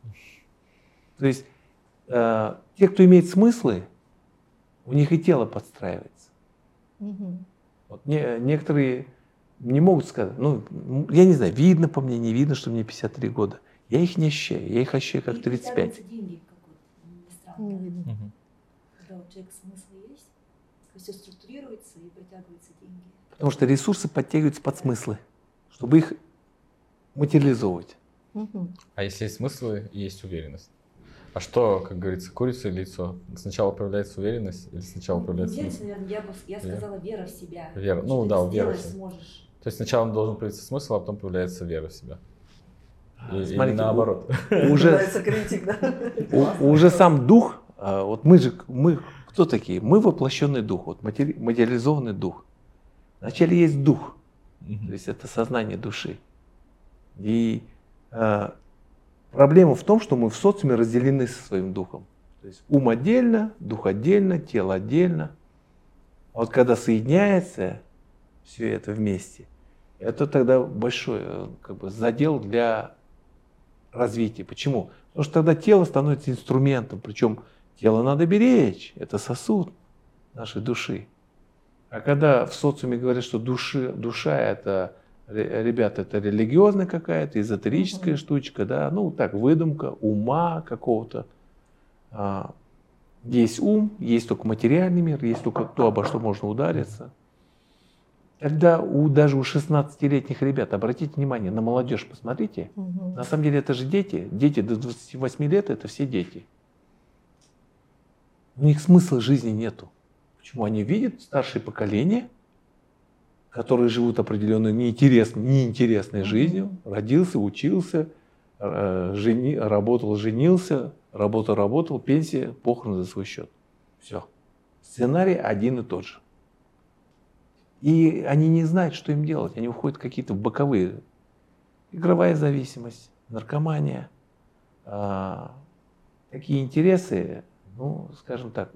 То есть э, те, кто имеет смыслы, у них и тело подстраивается. Мгм. Вот не- некоторые не могут сказать, ну, м, я не знаю, видно по мне, не видно, что мне пятьдесят три года. Я их не ощущаю, я их ощущаю как И тридцать пять. притягиваются деньги, как вот, не странно. Не видно. Мгм. Когда у человека смысл есть, все структурируется и притягиваются деньги. Потому что ресурсы подтягиваются под смыслы, чтобы их материализовывать. Мгм. А если есть смыслы, есть уверенность. А что, как говорится, курица или яйцо? Сначала появляется уверенность или сначала появляется Уверенность, смысл? наверное, я бы я Вера. сказала вера в себя. Вера. Что Ну ты да, вера в сделаешь, себя. сможешь. То есть сначала должен появиться смысл, а потом появляется вера в себя. И- Или Смотрите, наоборот. Уже, Нравится критик, да? у- уже сам дух, а, вот мы же, мы кто такие? Мы воплощенный дух, вот матери- материализованный дух. Вначале есть дух, то Мгм. есть это сознание души. И а, проблема в том, что мы в социуме разделены со своим духом. То есть ум отдельно, дух отдельно, тело отдельно. А вот когда соединяется все это вместе, это тогда большой э, как бы, задел для развития. Почему? Потому что тогда тело становится инструментом, причем тело надо беречь, это сосуд нашей души. А когда в социуме говорят, что души, душа это, ре- ребята, это религиозная какая-то, эзотерическая Мгм. штучка, да, ну так, выдумка ума какого-то. А, есть ум, есть только материальный мир, есть только то, обо что можно удариться. Тогда у, даже у шестнадцатилетних ребят, обратите внимание, на молодежь посмотрите, Мгм. на самом деле это же дети, дети до двадцати восьми лет это все дети. У них смысла жизни нету. Почему? Они видят старшее поколение, которые живут определенной неинтересной, неинтересной Мгм. жизнью, родился, учился, э, жени, работал, женился, работал, работал, пенсия, похороны за свой счет. Все. Сценарий один и тот же. И они не знают, что им делать. Они уходят в какие-то боковые. Игровая зависимость, наркомания. а, Такие интересы, ну, скажем так,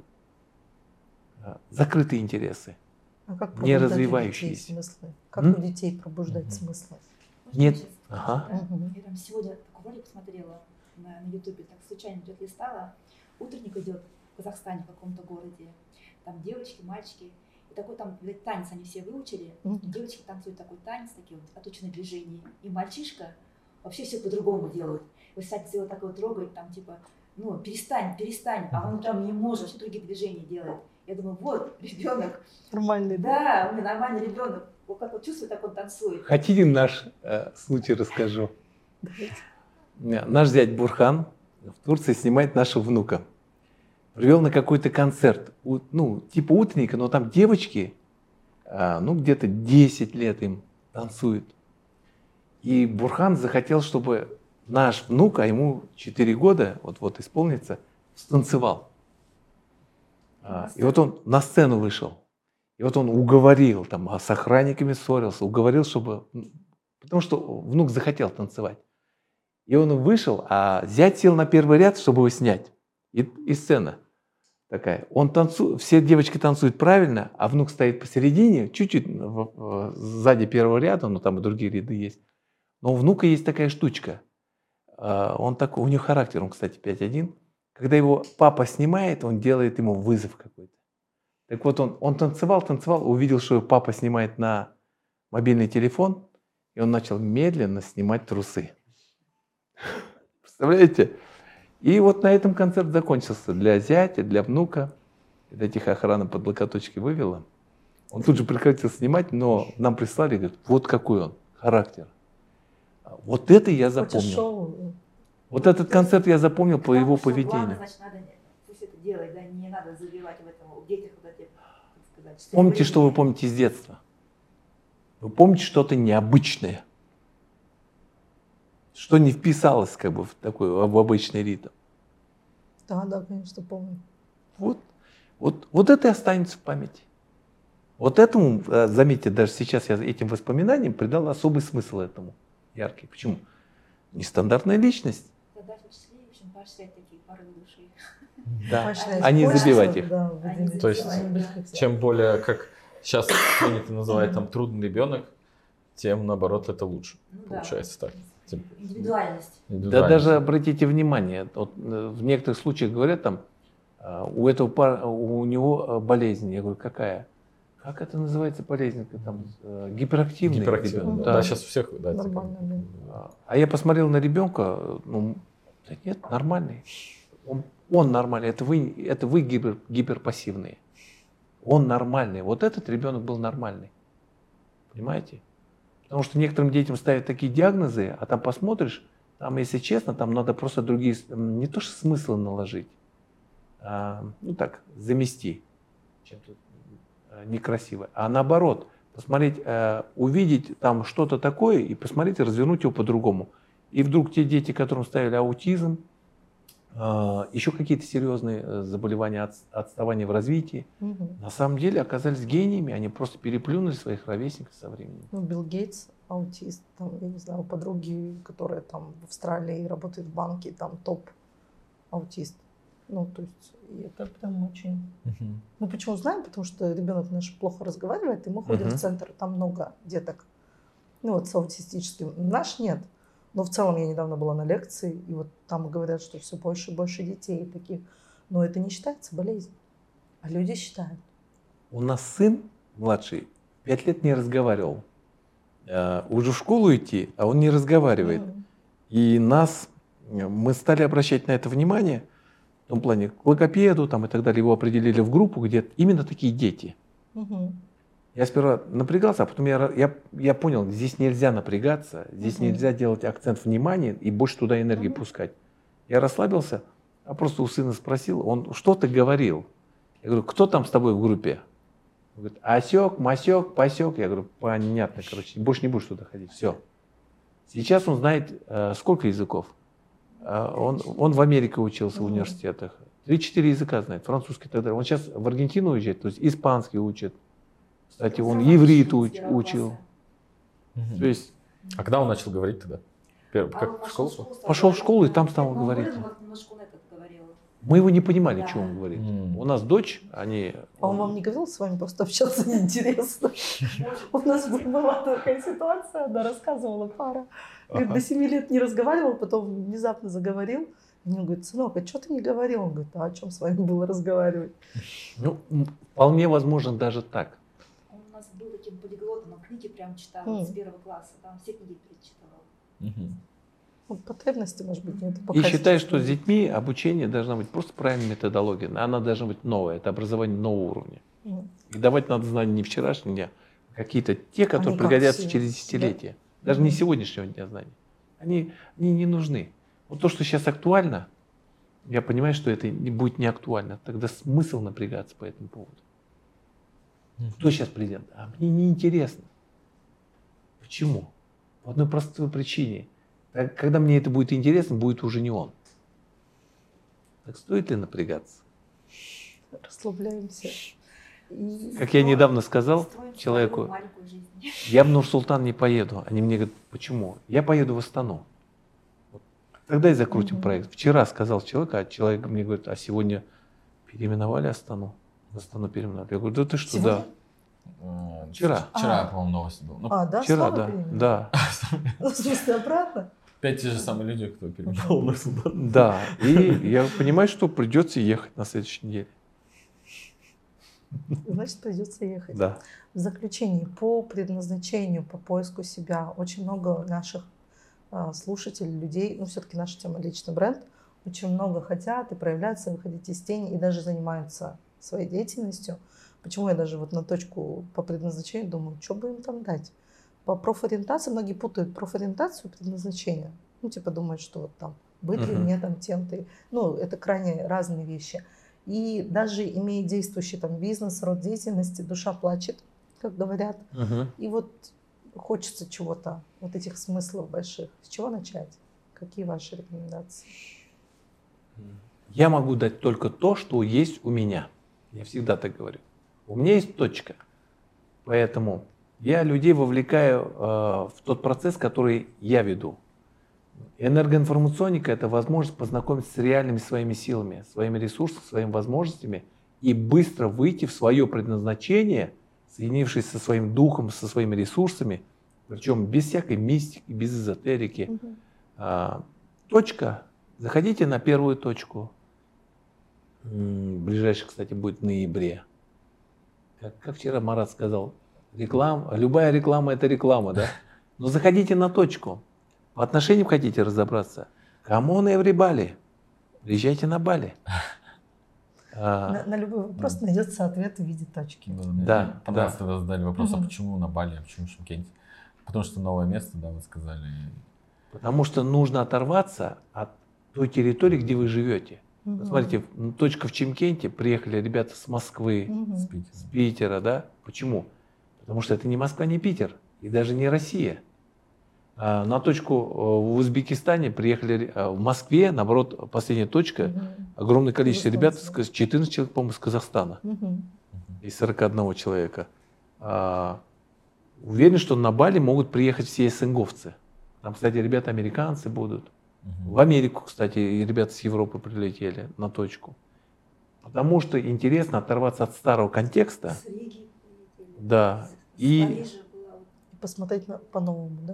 а, закрытые интересы. А как Не пробуждать у детей развивающиеся. смыслы? Как М? у детей пробуждать Мгм. смыслы? Можно Нет. я сейчас скажу, Ага. да? Мгм. Я там сегодня такой ролик посмотрела на, на ютубе, так случайно идет листала. Утренник идет в Казахстане, в каком-то городе. Там девочки, мальчики. И такой там, видать, танец они все выучили. Мгм. Девочки танцуют такой танец, такие вот отученные движения. И мальчишка вообще все по-другому делают. Вот, кстати, его так вот трогает, там типа, ну, перестань, перестань. А он там не может, вообще другие движения делает. Я думаю, вот, ребенок. Нормальный, да? Да, у меня нормальный ребенок. Вот как он чувствует, так он танцует. Хотите наш э, случай расскажу? Давайте. Э, Наш зять Бурхан в Турции снимает нашего внука. Привел на какой-то концерт, у- ну, типа утренника, но там девочки, а, ну, где-то десять лет им танцуют. И Бурхан захотел, чтобы наш внук, а ему четыре года, вот-вот исполнится, станцевал. А, И вот он на сцену вышел. И вот он уговорил, там, а с охранниками ссорился, уговорил, чтобы... м, Потому что внук захотел танцевать. И он вышел, а зять сел на первый ряд, чтобы его снять. И, и сцена такая. Он танцует, все девочки танцуют правильно, а внук стоит посередине, чуть-чуть в- в- сзади первого ряда, но там и другие ряды есть. Но у внука есть такая штучка. А, Он такой, у него характер, он, кстати, пять один. Когда его папа снимает, он делает ему вызов какой-то. Так вот, он, он танцевал, танцевал, увидел, что его папа снимает на мобильный телефон, и он начал медленно снимать трусы. Представляете? И вот на этом концерт закончился для зятя, для внука. Когда тихо охрана под локоточки вывела. Он тут же прекратил снимать, но нам прислали, говорит, вот какой он, характер. Вот это я Хочешь запомнил. шоу? Вот этот концерт я запомнил по Потому его что главное, поведению. значит, надо, пусть это делать, да, не надо забивать в этом, у детях вот эти, как сказать, Помните, что вы стремления. помните с детства? Вы помните что-то необычное, что не вписалось как бы в такой в обычный ритм. Да, да, конечно, помню. Вот, вот, вот это и останется в памяти. Вот этому, заметьте, даже сейчас я этим воспоминаниям придал особый смысл этому, яркий. Почему? Нестандартная личность. Тогда в числе, в общем, поощрять такие порывы души. Да, Мощное а не использование, забивать их. да, Они выделить. То есть, Они были как все. Чем более, как сейчас принято называть, там, трудный ребенок, тем, наоборот, это лучше. Ну, Получается да. так. Тем- Индивидуальность. Да индивидуальность. даже обратите внимание, вот, э, в некоторых случаях говорят там, а, у этого пар, у него э, болезнь. Я говорю, какая? Как это называется болезнь? Там, э, гиперактивный, Гиперактивный, ребенок. да. Да. Да, сейчас у всех, да, типа, Нормально, да. А- А я посмотрел на ребенка, ну, да нет, нормальный. Он, он нормальный, это вы, это вы гипер, гиперпассивные. Он нормальный. Вот этот ребенок был нормальный. Понимаете? Потому что некоторым детям ставят такие диагнозы, а там посмотришь, там, если честно, там надо просто другие, не то что смыслы наложить, а, ну так, замести чем-то э, некрасиво, а наоборот, посмотреть, э, увидеть там что-то такое и посмотреть, развернуть его по-другому. И вдруг те дети, которым ставили аутизм, э, еще какие-то серьезные э, заболевания, от, отставания в развитии, Мгм. на самом деле оказались гениями, они просто переплюнули своих ровесников со временем. Ну, Билл Гейтс, аутист, там, я не знаю, у подруги, которая там в Австралии работает в банке, там топ-аутист. Ну, то есть, и это прям очень... Мгм. Мы почему знаем? Потому что ребенок наш плохо разговаривает, и мы ходим Мгм. в центр, там много деток, ну, вот с аутистическим. Наш нет. Но в целом я недавно была на лекции, и вот там говорят, что все больше и больше детей таких. Но это не считается болезнью. А люди считают. У нас сын младший пять лет не разговаривал. Э, Уже в школу идти, а он не разговаривает. Мгм. И нас, э, мы стали обращать на это внимание, в том плане к логопеду там, и так далее. Его определили в группу, где именно такие дети. Мгм. Я сперва напрягался, а потом я, ра- я, я понял, здесь нельзя напрягаться, здесь Мгм. нельзя делать акцент внимания и больше туда энергии Мгм. пускать. Я расслабился, а просто у сына спросил, он что-то говорил. Я говорю, кто там с тобой в группе? Он говорит, осек, масек, посек. Я говорю, понятно, короче, больше не будешь туда ходить, все. Сейчас он знает э, сколько языков. Э, он, он в Америке учился в Мгм. университетах. Три-четыре языка знает, французский и так далее. Он сейчас в Аргентину уезжает, то есть испанский учит. Кстати, он Сам иврит начал с уч- первого учил. класса. Мгм. То есть А когда он начал говорить тогда? Пер- А Как он в пошел школу? стал Пошел в говорить, школу и да. там стал Он говорить. говорил, вот немножко он этот говорил. мы его не понимали, Да. что он говорит. М. У нас дочь, они... А он вам не говорил, с вами просто общаться неинтересно? У нас была такая ситуация, она рассказывала пара. Говорит, Ага. до семи лет не разговаривал, потом внезапно заговорил. И мне говорит, сынок, а что ты не говорил? Он говорит, а о чем с вами было разговаривать? Ну, м, вполне возможно даже так. Он у нас был таким полиглотом, он книги прям читал М. с первого класса, там все книги перечитывал. Мгм. Ну, потребности, может быть, нет. И считаю, что с детьми обучение должна быть просто правильная методология. Она должна быть новая. Это образование нового уровня. И давать надо знания не вчерашнего дня, а какие-то те, которые Они как пригодятся все, через десятилетия. Даже Мгм. не сегодняшнего дня знаний. Они, они не нужны. Вот то, что сейчас актуально, я понимаю, что это не будет не актуально. Тогда смысл напрягаться по этому поводу. Мгм. Кто сейчас президент? А мне не интересно. Почему? По одной простой причине. Так, когда мне это будет интересно, будет уже не он. Так стоит ли напрягаться? Расслабляемся. И Как я недавно сказал Строим человеку, свою маленькую жизнь. я в Нур-Султан не поеду. Они мне говорят, почему? Я поеду в Астану. Вот. Тогда и закрутим Мгм. проект. Вчера сказал человек, а человек мне говорит, а сегодня переименовали Астану. В Астану переименовали. Я говорю, да ты что, Сегодня? да. А, Вчера. Вчера, А. по-моему, новость была. Ну, А, да, Вчера, снова да. переименовали? Да. Ну, в смысле, обратно? опять те же самые люди, кто переименовал Нур-Султан. Да. И я понимаю, что придется ехать на следующей неделе. Значит, придется ехать. Да. В заключении, по предназначению, по поиску себя, очень много наших а, слушателей, людей, ну, все-таки наша тема личный бренд, очень много хотят и проявляются, выходить из тени, и даже занимаются своей деятельностью. Почему я даже вот на точку по предназначению думаю, что бы им там дать? По профориентации многие путают профориентацию и предназначение. Ну, типа думают, что вот там быть ли Мгм. мне там тем-то. Ну, это крайне разные вещи. И даже имея действующий там бизнес, род деятельности, душа плачет, как говорят. Мгм. И вот хочется чего-то, вот этих смыслов больших. С чего начать? Какие ваши рекомендации? Я могу дать только то, что есть у меня. Я всегда так говорю. У меня есть точка. Поэтому я людей вовлекаю э, в тот процесс, который я веду. Энергоинформационика – это возможность познакомиться с реальными своими силами, своими ресурсами, своими возможностями и быстро выйти в свое предназначение, соединившись со своим духом, со своими ресурсами, причем без всякой мистики, без эзотерики. Мгм. А, точка. Заходите на первую точку. М, Ближайший, кстати, будет в ноябре. Как, как вчера Марат сказал, реклама, любая реклама – это реклама, да? Но заходите на точку. По отношениям хотите разобраться? Come on, everybody. Приезжайте на Бали. А, На, на любой вопрос найдется ответ в виде точки. Да, мне Да, понравилось, да. когда задали вопрос, а Мгм. почему на Бали, а почему в Шымкенте? Потому что новое место, да, вы сказали. Потому что нужно оторваться от той территории, где вы живете. Мгм. Смотрите, м, точка в Чимкенте, приехали ребята с Москвы, Мгм. С Питером. с Питера, да? Почему? Потому что это не Москва, не Питер, и даже не Россия. А на точку э, в Узбекистане приехали, ре- а в Москве, наоборот, последняя точка, Мгм. огромное количество ребят, с Казахстанцы. Ка- четырнадцать человек, по-моему, из Казахстана, Мгм. из сорока одного человека. А, уверен, что на Бали могут приехать все СНГовцы. Там, кстати, ребята американцы будут. Мгм. В Америку, кстати, и ребята с Европы прилетели на точку. Потому что интересно оторваться от старого контекста. С Риги прилетели. Да. С И- Парижа была вот И посмотреть на- по-новому, да?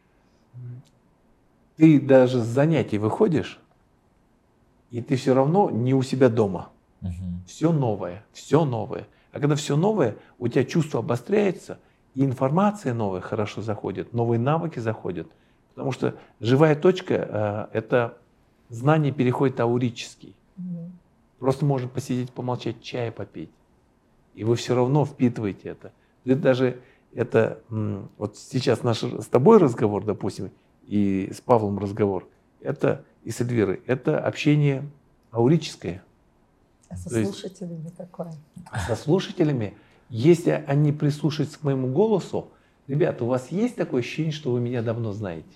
Ты даже с занятий выходишь, и ты все равно не у себя дома. Мгм. Все новое, все новое. А когда все новое, у тебя чувство обостряется, и информация новая хорошо заходит, новые навыки заходят. Потому что живая точка э, – это знание переходит аурический. Мгм. Просто можно посидеть, помолчать, чая попить. И вы все равно впитываете это. Ты даже это, м, вот сейчас наш с тобой разговор, допустим, и с Павлом разговор, это и с Эльвирой, это общение аурическое. А со То есть- слушателями какое? Со слушателями, если они прислушаются к моему голосу, ребята, у вас есть такое ощущение, что вы меня давно знаете?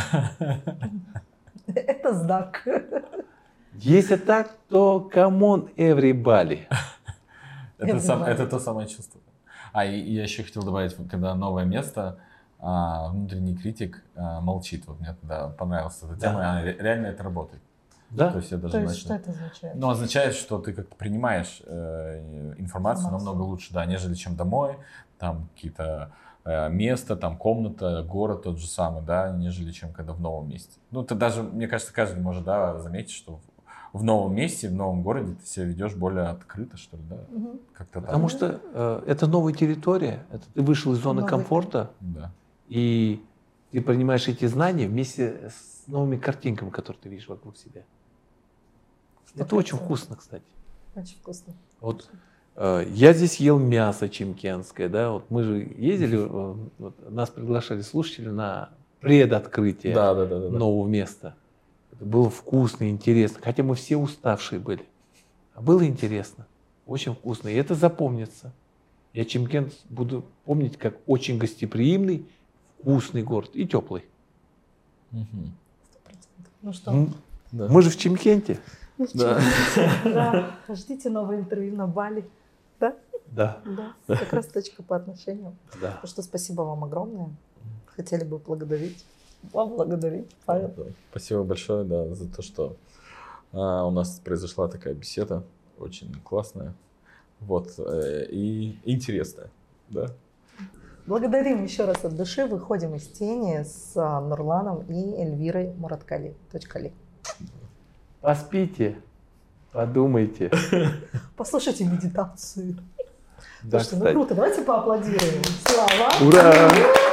Это знак. Если так, то come on, everybody. Это, сам- Everybody. это то самое чувство. А, и, и я еще хотел добавить, вот когда новое место, а, внутренний критик а, молчит. Вот мне тогда понравилась эта Да. тема, а, ре- реально это работает. Да? То есть я даже То есть начал- что это означает? Ну, означает, что ты как-то принимаешь э, информацию Информацию. намного лучше, да, нежели чем домой, там какие-то э, место, там комната, город тот же самый, да, нежели чем когда в новом месте. Ну, ты даже, мне кажется, каждый может, да, заметить, что в, в новом месте, в новом городе ты себя ведешь более открыто, что ли, да, Мгм. как-то так. Потому что э, это новая территория, это ты вышел из зоны Новый комфорта, Да. и ты принимаешь эти знания вместе с новыми картинками, которые ты видишь вокруг себя. Сто Это очень процентов. вкусно, кстати. Очень вкусно. Вот э, я здесь ел мясо чимкенское, да, вот мы же ездили, э, вот нас приглашали слушатели на предоткрытие Да, да, да, да, да. нового места. Это было вкусно, интересно, хотя мы все уставшие были. А было интересно, очень вкусно, и это запомнится. Я Чимкент буду помнить как очень гостеприимный, вкусный город и теплый. Мгм. Сто процентов. Ну что, М, Да. Мы же в Чимкенте. ну Да. что? Да. Ждите новое интервью на Бали. Да? Да, Да. Как раз точка по отношениям. да. Ну что, спасибо вам огромное. Хотели бы поблагодарить. Поблагодарить, Павел. Да, спасибо большое, да, за то, что а, у нас произошла такая беседа, очень классная, вот, э, и интересная, да. Благодарим еще раз от души. Выходим из тени с а, Нурланом и Эльвирой Мураткали. Точка ли. Поспите, подумайте. Послушайте медитацию. Да, Слушайте, ну кстати. круто. Давайте поаплодируем. Слава! Ура!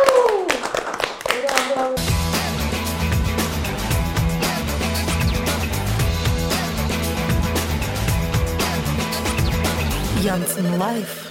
Ура, браво! Янсен Лайф.